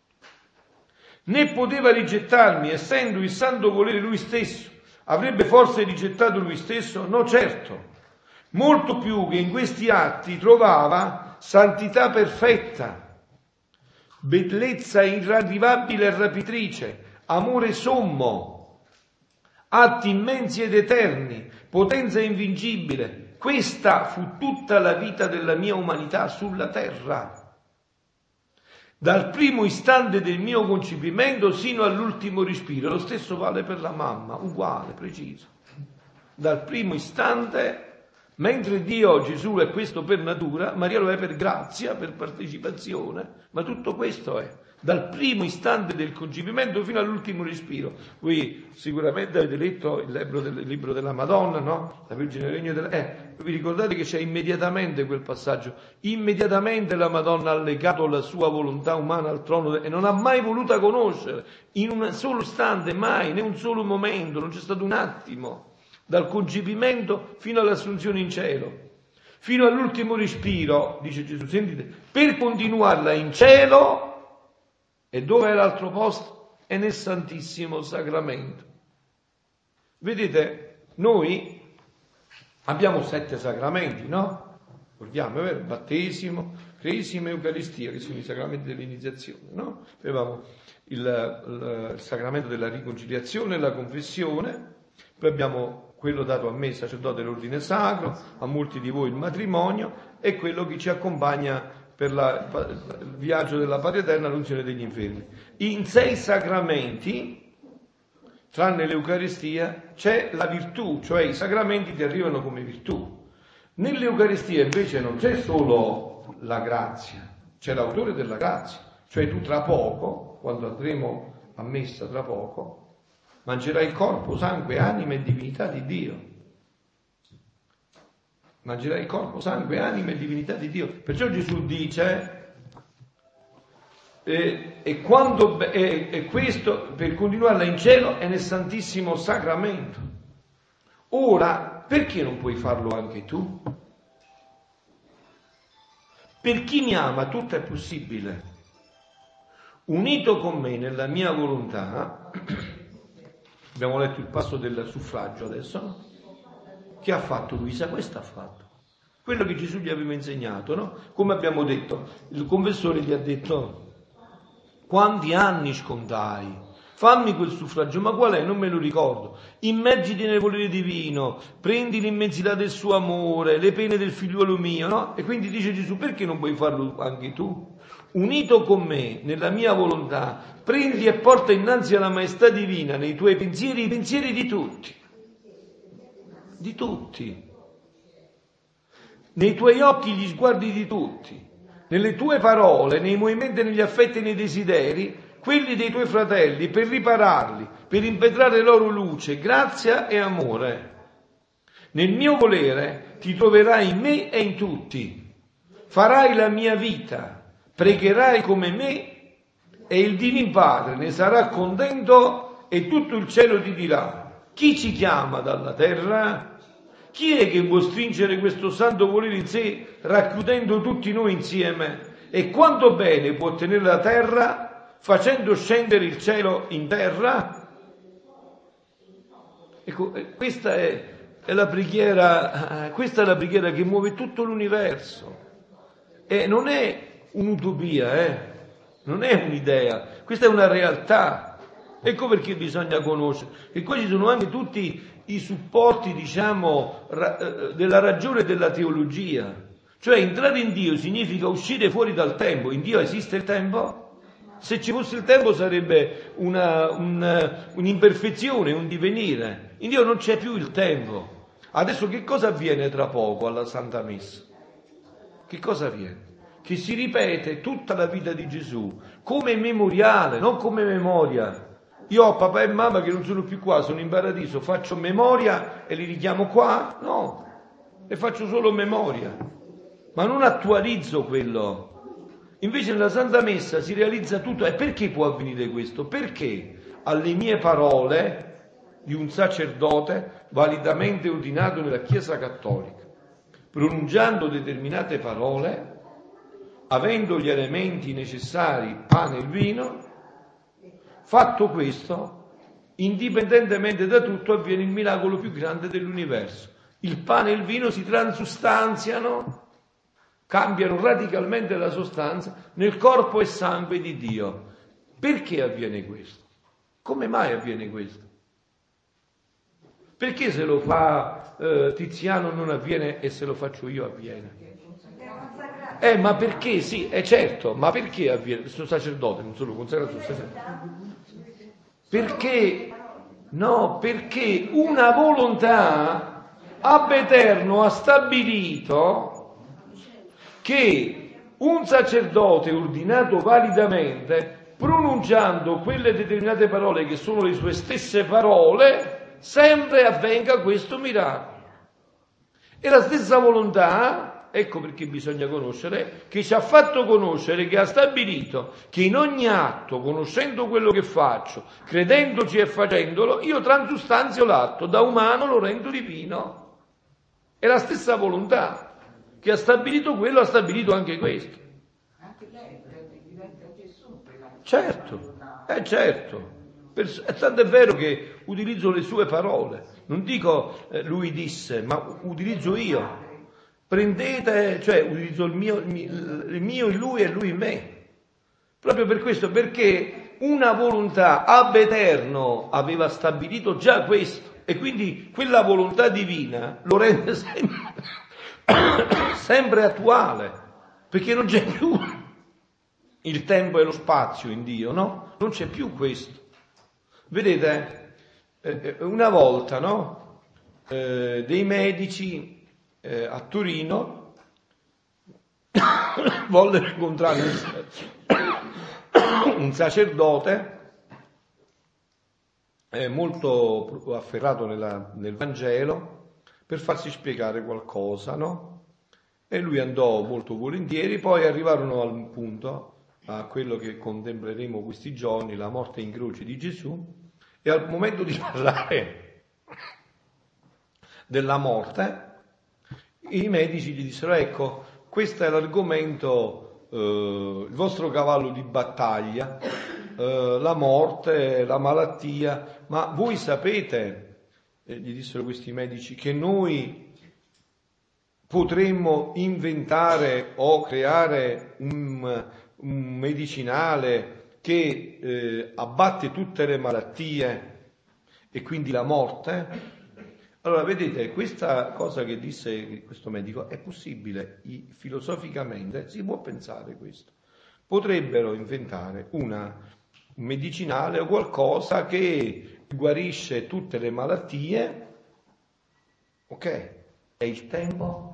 Né poteva rigettarmi, essendo il santo volere Lui stesso. Avrebbe forse rigettato Lui stesso? No, certo. Molto più che in questi atti trovava santità perfetta, bellezza irrarrivabile e rapitrice, amore sommo, atti immensi ed eterni, potenza invincibile. Questa fu tutta la vita della mia umanità sulla terra, dal primo istante del mio concepimento sino all'ultimo respiro. Lo stesso vale per la mamma, uguale, preciso. Dal primo istante, mentre Dio, Gesù è questo per natura, Maria lo è per grazia, per partecipazione, ma tutto questo è. Dal primo istante del concepimento fino all'ultimo respiro. Voi sicuramente avete letto il libro della Madonna, no? La Vergine Regno della... vi ricordate che c'è immediatamente quel passaggio? Immediatamente la Madonna ha legato la sua volontà umana al trono e non ha mai voluta conoscere, in un solo istante, mai, né un solo momento, non c'è stato un attimo, dal concepimento fino all'assunzione in cielo, fino all'ultimo respiro, dice Gesù. Sentite, per continuarla in cielo. E dove è l'altro posto? È nel Santissimo Sacramento. Vedete, noi abbiamo 7 sacramenti, no? Ricordiamo, è vero? Battesimo, Cresima e Eucaristia, che sono i sacramenti dell'iniziazione, no? Avevamo il sacramento della riconciliazione e la confessione, poi abbiamo quello dato a me, sacerdote dell'ordine sacro, a molti di voi il matrimonio, e quello che ci accompagna per il viaggio della patria eterna, l'unzione degli infermi. In 6 sacramenti, tranne l'Eucaristia, c'è la virtù, cioè i sacramenti ti arrivano come virtù. Nell'Eucaristia invece non c'è solo la grazia, c'è l'autore della grazia, cioè tu tra poco, quando andremo a messa tra poco, mangerai il corpo, sangue, anima e divinità di Dio. Mangerai il corpo, sangue, anima e divinità di Dio. Perciò Gesù dice, e questo per continuarla in cielo è nel Santissimo Sacramento. Ora, perché non puoi farlo anche tu? Per chi mi ama tutto è possibile. Unito con me nella mia volontà, abbiamo letto il passo del suffragio adesso, no? Che ha fatto Luisa? Questo ha fatto. Quello che Gesù gli aveva insegnato, no? Come abbiamo detto, il confessore gli ha detto, quanti anni scontai? Fammi quel suffragio, ma qual è? Non me lo ricordo. Immergiti nel volere divino, prendi l'immensità del suo amore, le pene del figliuolo mio, no? E quindi dice Gesù, perché non puoi farlo anche tu? Unito con me, nella mia volontà, prendi e porta innanzi alla maestà divina, nei tuoi pensieri, i pensieri di tutti. Di tutti. Nei tuoi occhi gli sguardi di tutti. Nelle tue parole, nei movimenti, negli affetti e nei desideri, quelli dei tuoi fratelli, per ripararli, per impetrare loro luce, grazia e amore. Nel mio volere ti troverai in me e in tutti. Farai la mia vita, pregherai come me e il Divin Padre ne sarà contento e tutto il cielo ti dirà, chi ci chiama dalla terra? Chi è che vuol stringere questo santo volere in sé, racchiudendo tutti noi insieme? E quanto bene può ottenere la terra facendo scendere il cielo in terra? Ecco, questa è la preghiera che muove tutto l'universo. E non è un'utopia, non è un'idea, questa è una realtà. Ecco perché bisogna conoscere. E qua ci sono anche tutti i supporti, diciamo, della ragione e della teologia. Cioè entrare in Dio significa uscire fuori dal tempo. In Dio esiste il tempo? Se ci fosse il tempo sarebbe un'imperfezione, un divenire. In Dio non c'è più il tempo. Adesso che cosa avviene tra poco alla Santa Messa? Che cosa avviene? Che si ripete tutta la vita di Gesù come memoriale, non come memoria. Io ho papà e mamma che non sono più qua, sono in paradiso, faccio memoria e li richiamo qua? No, e faccio solo memoria, ma non attualizzo quello. Invece nella Santa Messa si realizza tutto. E perché può avvenire questo? Perché alle mie parole di un sacerdote validamente ordinato nella Chiesa Cattolica, pronunciando determinate parole, avendo gli elementi necessari, pane e vino, fatto questo, indipendentemente da tutto, avviene il miracolo più grande dell'universo. Il pane e il vino si transustanziano, cambiano radicalmente la sostanza nel corpo e sangue di Dio. Perché avviene questo? Come mai avviene questo? Perché se lo fa Tiziano non avviene e se lo faccio io avviene? Ma perché? Sì, è certo, ma perché avviene? Questo sacerdote, non solo consacrato, sacerdote. Perché? No, perché una volontà ab eterno ha stabilito che un sacerdote ordinato validamente, pronunciando quelle determinate parole che sono le sue stesse parole, sempre avvenga questo miracolo. E la stessa volontà, ecco perché bisogna conoscere, che ci ha fatto conoscere, che ha stabilito che in ogni atto, conoscendo quello che faccio, credendoci e facendolo, io transustanzio l'atto, da umano lo rendo divino. È la stessa volontà che ha stabilito quello, ha stabilito anche questo. Anche lei diventa Gesù. Certo, certo. Tanto è vero che utilizzo le sue parole. Non dico lui disse, ma utilizzo io. Prendete, cioè utilizzo il mio in lui e lui in me. Proprio per questo, perché una volontà ab eterno aveva stabilito già questo, e quindi quella volontà divina lo rende sempre attuale, perché non c'è più il tempo e lo spazio in Dio, no? Non c'è più questo. Vedete, una volta, no? Dei medici a Torino vollero incontrare un sacerdote molto afferrato nel Vangelo per farsi spiegare qualcosa, no? E lui andò molto volentieri. Poi arrivarono al punto, a quello che contempleremo questi giorni, la morte in croce di Gesù, e al momento di parlare della morte, i medici gli dissero: ecco, questo è l'argomento, il vostro cavallo di battaglia, la morte, la malattia, ma voi sapete, gli dissero questi medici, che noi potremmo inventare o creare un medicinale che abbatte tutte le malattie e quindi la morte? Allora, vedete, questa cosa che disse questo medico è possibile, filosoficamente si può pensare questo. Potrebbero inventare un medicinale o qualcosa che guarisce tutte le malattie, ok? E il tempo?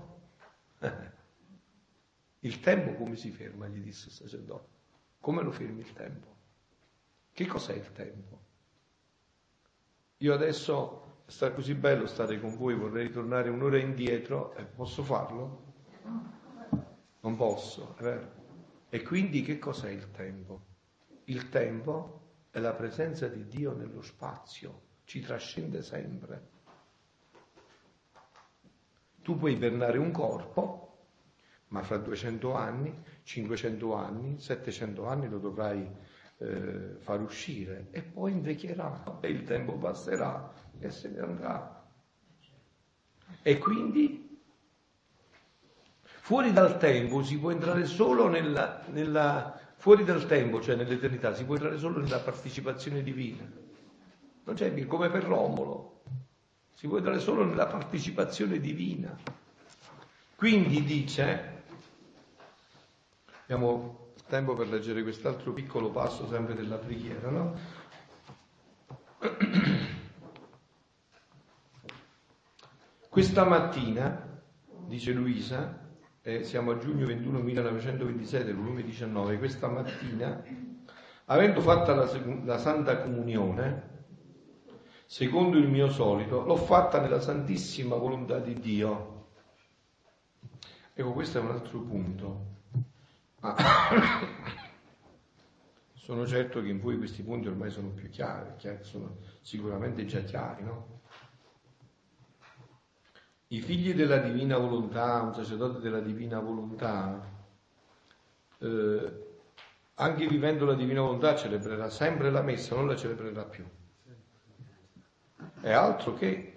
Il tempo come si ferma? Gli disse il sacerdote. Come lo fermi il tempo? Che cos'è il tempo? Io adesso sta così bello stare con voi, vorrei ritornare un'ora indietro, posso farlo? Non posso, è vero? E quindi che cos'è il tempo? Il tempo è la presenza di Dio nello spazio, ci trascende sempre. Tu puoi ibernare un corpo, ma fra 200 anni, 500 anni, 700 anni lo dovrai far uscire, e poi invecchierà e il tempo passerà e se ne andrà. E quindi fuori dal tempo si può entrare solo fuori dal tempo, cioè nell'eternità, si può entrare solo nella partecipazione divina. Non c'è più, come per Romolo, si può entrare solo nella partecipazione divina. Quindi dice, abbiamo tempo per leggere quest'altro piccolo passo sempre della preghiera, no? Questa mattina, dice Luisa, siamo a giugno 21 1926 del volume 19, questa mattina, avendo fatta la Santa Comunione, secondo il mio solito, l'ho fatta nella santissima volontà di Dio. Ecco, questo è un altro punto. Sono certo che in voi questi punti ormai sono più chiari, sono sicuramente già chiari, no? I figli della divina volontà, un sacerdote della divina volontà, anche vivendo la divina volontà celebrerà sempre la messa, non la celebrerà più. È altro che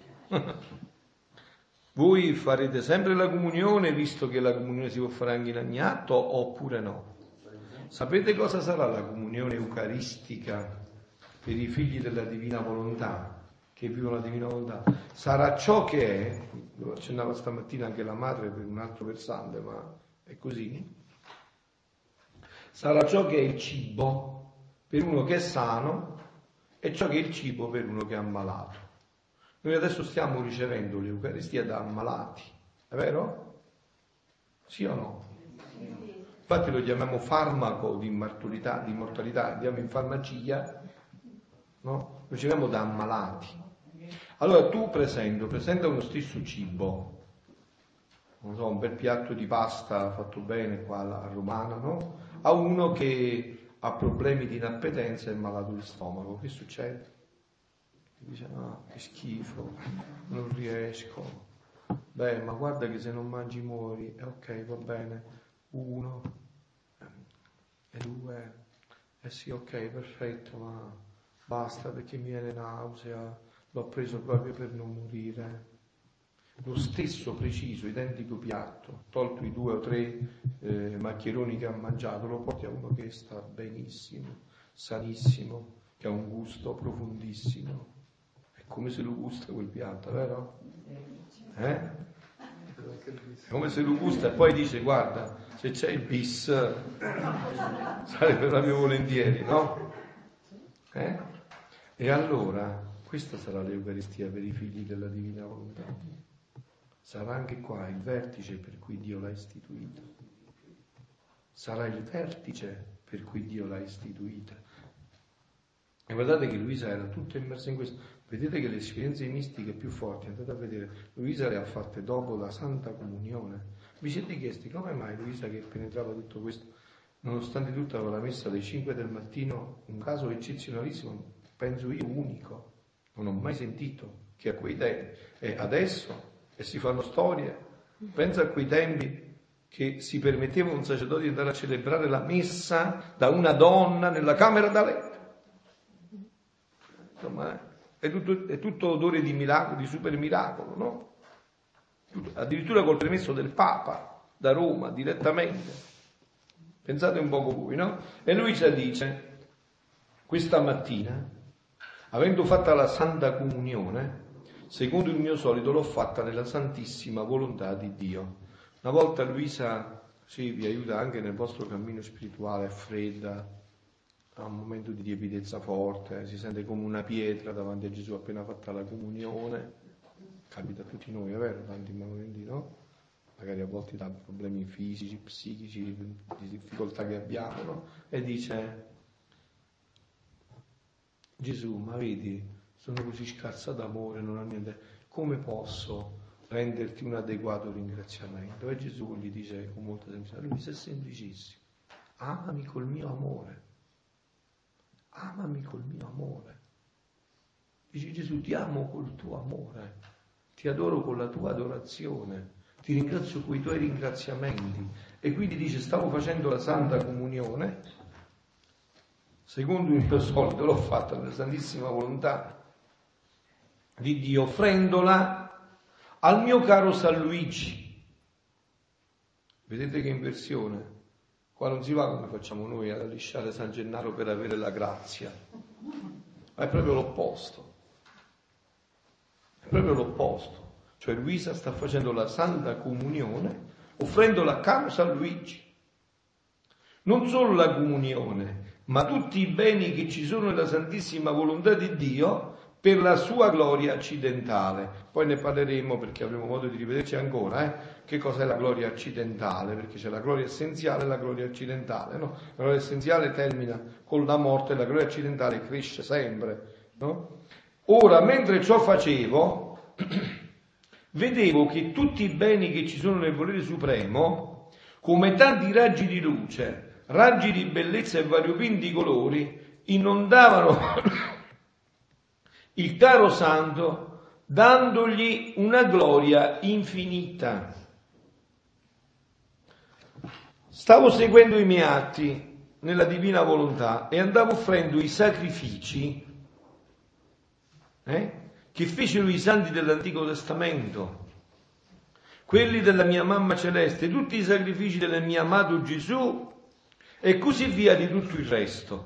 voi farete sempre la comunione, visto che la comunione si può fare anche in ogni atto, oppure no? Sapete cosa sarà la comunione eucaristica per i figli della divina volontà, che vivono la divina volontà? Sarà ciò che è, lo accennava stamattina anche la madre per un altro versante, ma è così, sarà ciò che è il cibo per uno che è sano e ciò che è il cibo per uno che è ammalato. Noi adesso stiamo ricevendo l'Eucaristia da ammalati, è vero? Sì o no? Infatti lo chiamiamo farmaco di immortalità, andiamo in farmacia, no? Lo riceviamo da ammalati. Allora tu presenta uno stesso cibo, non so, un bel piatto di pasta fatto bene qua alla romana, no? A uno che ha problemi di inappetenza e è malato di stomaco, che succede? Dice: no, che schifo, non riesco. Beh, ma guarda che se non mangi muori. Ok, va bene. 1 e 2. Sì, ok, perfetto, ma basta perché mi viene nausea. L'ho preso proprio per non morire. Lo stesso preciso, identico piatto, tolto i 2 o 3 maccheroni che ha mangiato, lo porti a uno che sta benissimo, sanissimo, che ha un gusto profondissimo. È come se lo gusta quel piatto, vero? È come se lo gusta e poi dice: guarda, se c'è il bis sarebbe proprio volentieri, no? E allora questa sarà l'Eucaristia per i figli della Divina Volontà. Sarà anche qua il vertice per cui Dio l'ha istituita. Sarà il vertice per cui Dio l'ha istituita. E guardate che Luisa era tutta immersa in questo. Vedete che le esperienze mistiche più forti, andate a vedere, Luisa le ha fatte dopo la Santa Comunione. Vi siete chiesti come mai Luisa, che penetrava tutto questo, nonostante tutto aveva la messa alle 5 del mattino, un caso eccezionalissimo, penso io unico, non ho mai sentito che a quei tempi, e adesso, e si fanno storie, pensa a quei tempi che si permetteva a un sacerdote di andare a celebrare la messa da una donna nella camera da letto. Insomma, è tutto odore di miracolo, di super miracolo, no? Addirittura col permesso del Papa, da Roma, direttamente. Pensate un poco voi, no? E Luisa dice, questa mattina, avendo fatta la Santa Comunione, secondo il mio solito l'ho fatta nella santissima volontà di Dio. Una volta Luisa vi aiuta anche nel vostro cammino spirituale, è fredda, ha un momento di tiepidezza forte, si sente come una pietra davanti a Gesù appena fatta la comunione. Capita a tutti noi, è vero? Tanti momenti, no? Magari a volte da problemi fisici, psichici, di difficoltà che abbiamo, no? E dice: Gesù, ma vedi, sono così scarsa d'amore, non ho niente, come posso renderti un adeguato ringraziamento? E Gesù gli dice con molta semplicità: Luisa, è semplicissimo, amami col mio amore. Amami col mio amore. Dice Gesù: ti amo col tuo amore, ti adoro con la tua adorazione, ti ringrazio con i tuoi ringraziamenti. E quindi dice: stavo facendo la Santa Comunione, secondo il mio solito l'ho fatta nella Santissima Volontà di Dio, offrendola al mio caro San Luigi. Vedete che inversione? Qua non si va come facciamo noi a lisciare San Gennaro per avere la grazia, ma è proprio l'opposto. È proprio l'opposto. Cioè Luisa sta facendo la Santa Comunione offrendola a caro San Luigi. Non solo la comunione, ma tutti i beni che ci sono nella Santissima Volontà di Dio per la sua gloria accidentale. Poi ne parleremo, perché avremo modo di rivederci ancora, che cos'è la gloria accidentale, perché c'è la gloria essenziale e la gloria accidentale, no? La gloria essenziale termina con la morte, la gloria accidentale cresce sempre, no? Ora, mentre ciò facevo, vedevo che tutti i beni che ci sono nel volere supremo, come tanti raggi di luce, raggi di bellezza e variopinti colori, inondavano il caro santo, dandogli una gloria infinita. Stavo seguendo i miei atti nella divina volontà e andavo offrendo i sacrifici che fecero i santi dell'Antico Testamento, quelli della mia mamma celeste, tutti i sacrifici del mio amato Gesù e così via di tutto il resto.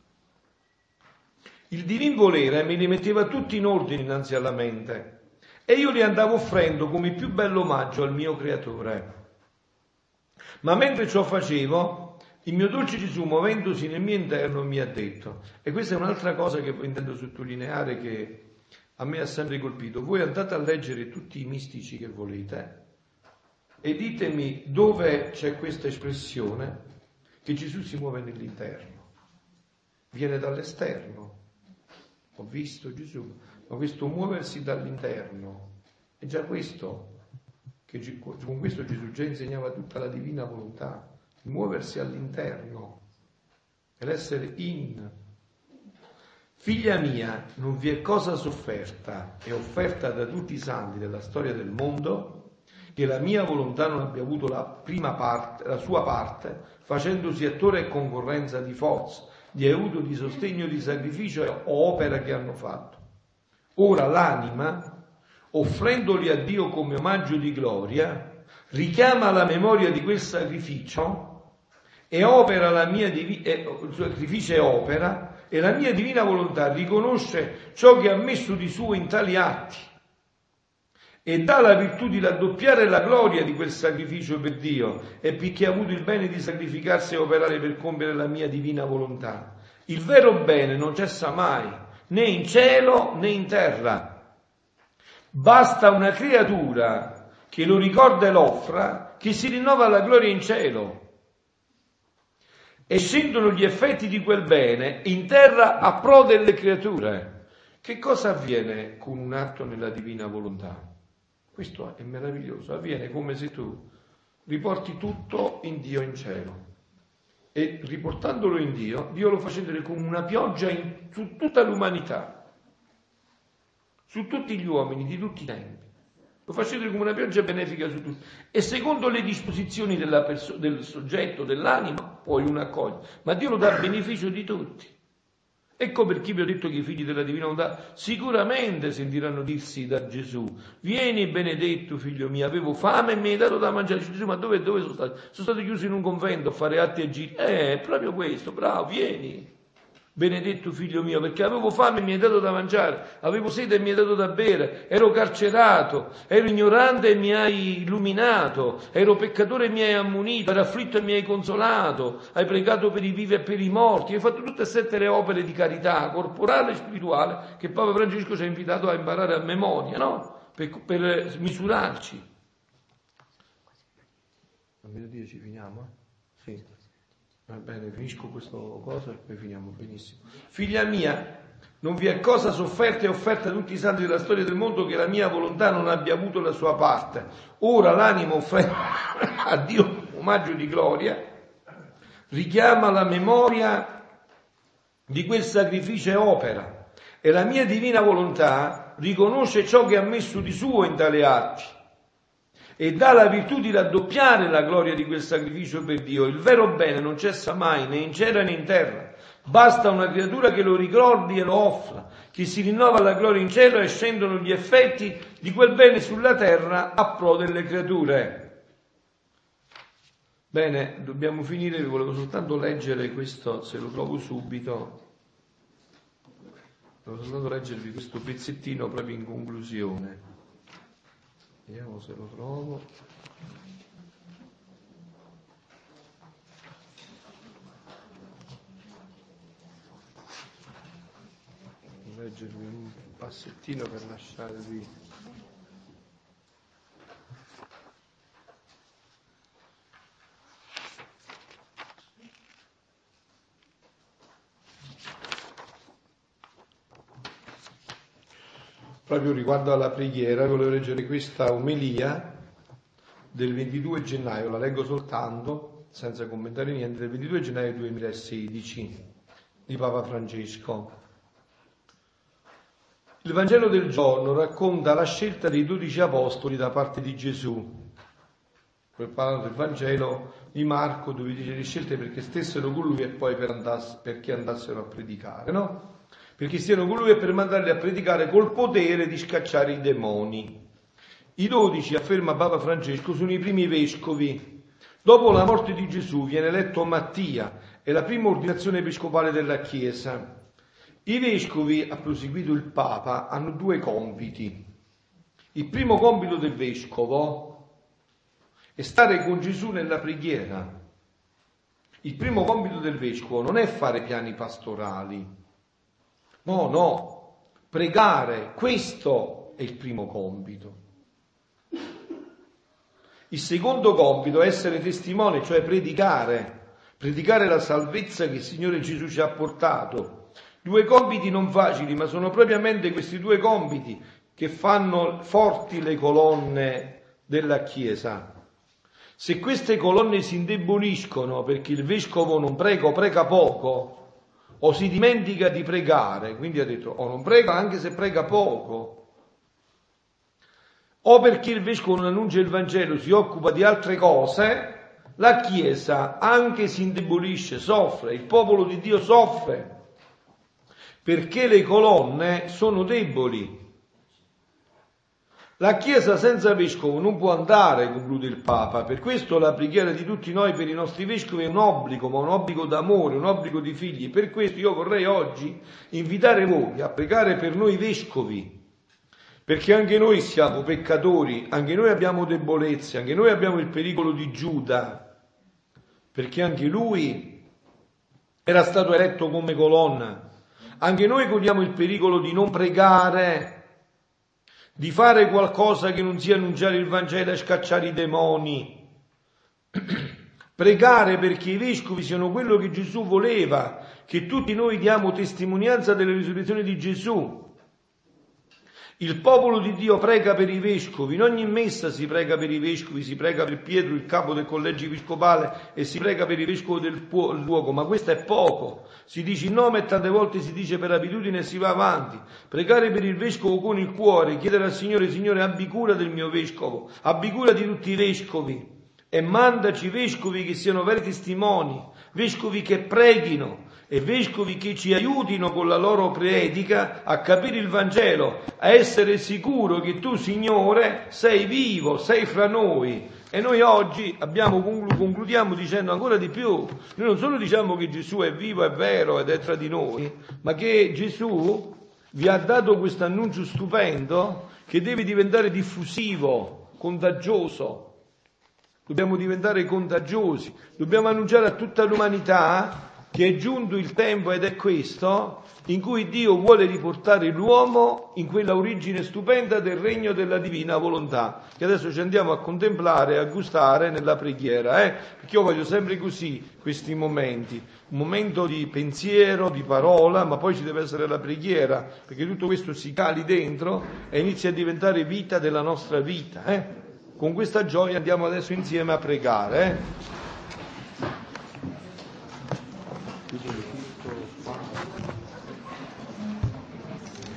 Il divin volere me li metteva tutti in ordine innanzi alla mente e io li andavo offrendo come il più bello omaggio al mio Creatore. Ma mentre ciò facevo, il mio dolce Gesù, muovendosi nel mio interno, mi ha detto, e questa è un'altra cosa che intendo sottolineare, che a me ha sempre colpito: voi andate a leggere tutti i mistici che volete e ditemi dove c'è questa espressione che Gesù si muove nell'interno, viene dall'esterno. Ho visto Gesù, ma questo muoversi dall'interno è già questo, che con questo Gesù già insegnava tutta la divina volontà, muoversi all'interno e l'essere in. Figlia mia, non vi è cosa sofferta e offerta da tutti i santi della storia del mondo che la mia volontà non abbia avuto la prima parte, la sua parte, facendosi attore e concorrenza di forza, di aiuto, di sostegno, di sacrificio o opera che hanno fatto. Ora l'anima, offrendoli a Dio come omaggio di gloria, richiama la memoria di quel sacrificio e opera la mia il sacrificio è opera, e la mia divina volontà riconosce ciò che ha messo di suo in tali atti e dà la virtù di raddoppiare la gloria di quel sacrificio per Dio, e perché ha avuto il bene di sacrificarsi e operare per compiere la mia divina volontà. Il vero bene non cessa mai, né in cielo né in terra. Basta una creatura che lo ricorda e l'offra, che si rinnova la gloria in cielo. E scendono gli effetti di quel bene in terra a pro delle creature. Che cosa avviene con un atto nella divina volontà? Questo è meraviglioso, avviene come se tu riporti tutto in Dio in cielo. E riportandolo in Dio, Dio lo fa scendere come una pioggia su tutta l'umanità, su tutti gli uomini di tutti i tempi. Lo fa scendere come una pioggia benefica su tutti. E secondo le disposizioni del soggetto, dell'anima, poi uno accoglie. Ma Dio lo dà a beneficio di tutti. Ecco perché vi ho detto che i figli della divina volontà sicuramente sentiranno dirsi da Gesù: vieni benedetto figlio mio, avevo fame e mi hai dato da mangiare. Dice Gesù: ma dove sono stato? Sono stato chiuso in un convento a fare atti e giri. È proprio questo, bravo, vieni benedetto figlio mio, perché avevo fame e mi hai dato da mangiare, avevo sete e mi hai dato da bere, ero carcerato, ero ignorante e mi hai illuminato, ero peccatore e mi hai ammonito, ero afflitto e mi hai consolato, hai pregato per i vivi e per i morti, hai fatto tutte e 7 le opere di carità corporale e spirituale che Papa Francesco ci ha invitato a imparare a memoria, no? Per misurarci. Almeno 10 finiamo? Sì. Va bene, finisco questa cosa e poi finiamo benissimo. Figlia mia, non vi è cosa sofferta e offerta a tutti i santi della storia del mondo che la mia volontà non abbia avuto la sua parte. Ora l'anima offre a Dio un omaggio di gloria, richiama la memoria di quel sacrificio e opera, e la mia divina volontà riconosce ciò che ha messo di suo in tale atti e dà la virtù di raddoppiare la gloria di quel sacrificio per Dio. Il vero bene non cessa mai, né in cielo né in terra. Basta una creatura che lo ricordi e lo offra, che si rinnova la gloria in cielo e scendono gli effetti di quel bene sulla terra a pro delle creature. Bene, dobbiamo finire, vi volevo soltanto leggere questo, se lo trovo subito. Volevo soltanto leggervi questo pezzettino proprio in conclusione. Vediamo se lo trovo. Leggervi un passettino per lasciarvi. Proprio riguardo alla preghiera, volevo leggere questa omelia del 22 gennaio, la leggo soltanto, senza commentare niente, del 22 gennaio 2016 di Papa Francesco. Il Vangelo del giorno racconta la scelta dei 12 apostoli da parte di Gesù. Poi parla del Vangelo di Marco, dove dice le scelte perché stessero con lui e poi perché andassero a predicare, no? Perché stiano con lui e per mandarli a predicare col potere di scacciare i demoni. I 12, afferma Papa Francesco, sono i primi vescovi. Dopo la morte di Gesù viene eletto Mattia, è la prima ordinazione episcopale della Chiesa. I vescovi, ha proseguito il Papa, hanno 2 compiti. Il primo compito del vescovo è stare con Gesù nella preghiera. Il primo compito del vescovo non è fare piani pastorali. No, pregare, questo è il primo compito. Il secondo compito è essere testimone, cioè predicare la salvezza che il Signore Gesù ci ha portato. 2 compiti non facili, ma sono propriamente questi 2 compiti che fanno forti le colonne della Chiesa. Se queste colonne si indeboliscono perché il vescovo non prega o prega poco, o si dimentica di pregare, quindi ha detto o non prega anche se prega poco, o perché il vescovo non annuncia il Vangelo, si occupa di altre cose, la Chiesa anche si indebolisce, soffre, il popolo di Dio soffre, perché le colonne sono deboli. La Chiesa senza vescovo non può andare, conclude il Papa. Per questo la preghiera di tutti noi per i nostri vescovi è un obbligo, ma un obbligo d'amore, un obbligo di figli. Per questo io vorrei oggi invitare voi a pregare per noi vescovi, perché anche noi siamo peccatori, anche noi abbiamo debolezze, anche noi abbiamo il pericolo di Giuda, perché anche lui era stato eletto come colonna. Anche noi corriamo il pericolo di non pregare, di fare qualcosa che non sia annunciare il Vangelo e scacciare i demoni. Pregare perché i vescovi siano quello che Gesù voleva, che tutti noi diamo testimonianza della risurrezione di Gesù. Il popolo di Dio prega per i vescovi, in ogni messa si prega per i vescovi, si prega per Pietro, il capo del collegio episcopale, e si prega per i vescovi del luogo, ma questo è poco. Si dice il nome e tante volte si dice per abitudine e si va avanti. Pregare per il vescovo con il cuore, chiedere al Signore: Signore, abbi cura del mio vescovo, abbi cura di tutti i vescovi e mandaci vescovi che siano veri testimoni, vescovi che preghino, e vescovi che ci aiutino con la loro predica a capire il Vangelo, a essere sicuro che tu, Signore, sei vivo, sei fra noi. E noi oggi concludiamo dicendo ancora di più. Noi non solo diciamo che Gesù è vivo, è vero ed è tra di noi, ma che Gesù vi ha dato questo annuncio stupendo che deve diventare diffusivo, contagioso. Dobbiamo diventare contagiosi, dobbiamo annunciare a tutta l'umanità che è giunto il tempo, ed è questo, in cui Dio vuole riportare l'uomo in quella origine stupenda del regno della divina volontà, che adesso ci andiamo a contemplare, a gustare nella preghiera, perché io voglio sempre così questi momenti, un momento di pensiero, di parola, ma poi ci deve essere la preghiera, perché tutto questo si cali dentro e inizia a diventare vita della nostra vita. Con questa gioia andiamo adesso insieme a pregare. Chiudere tutto qua.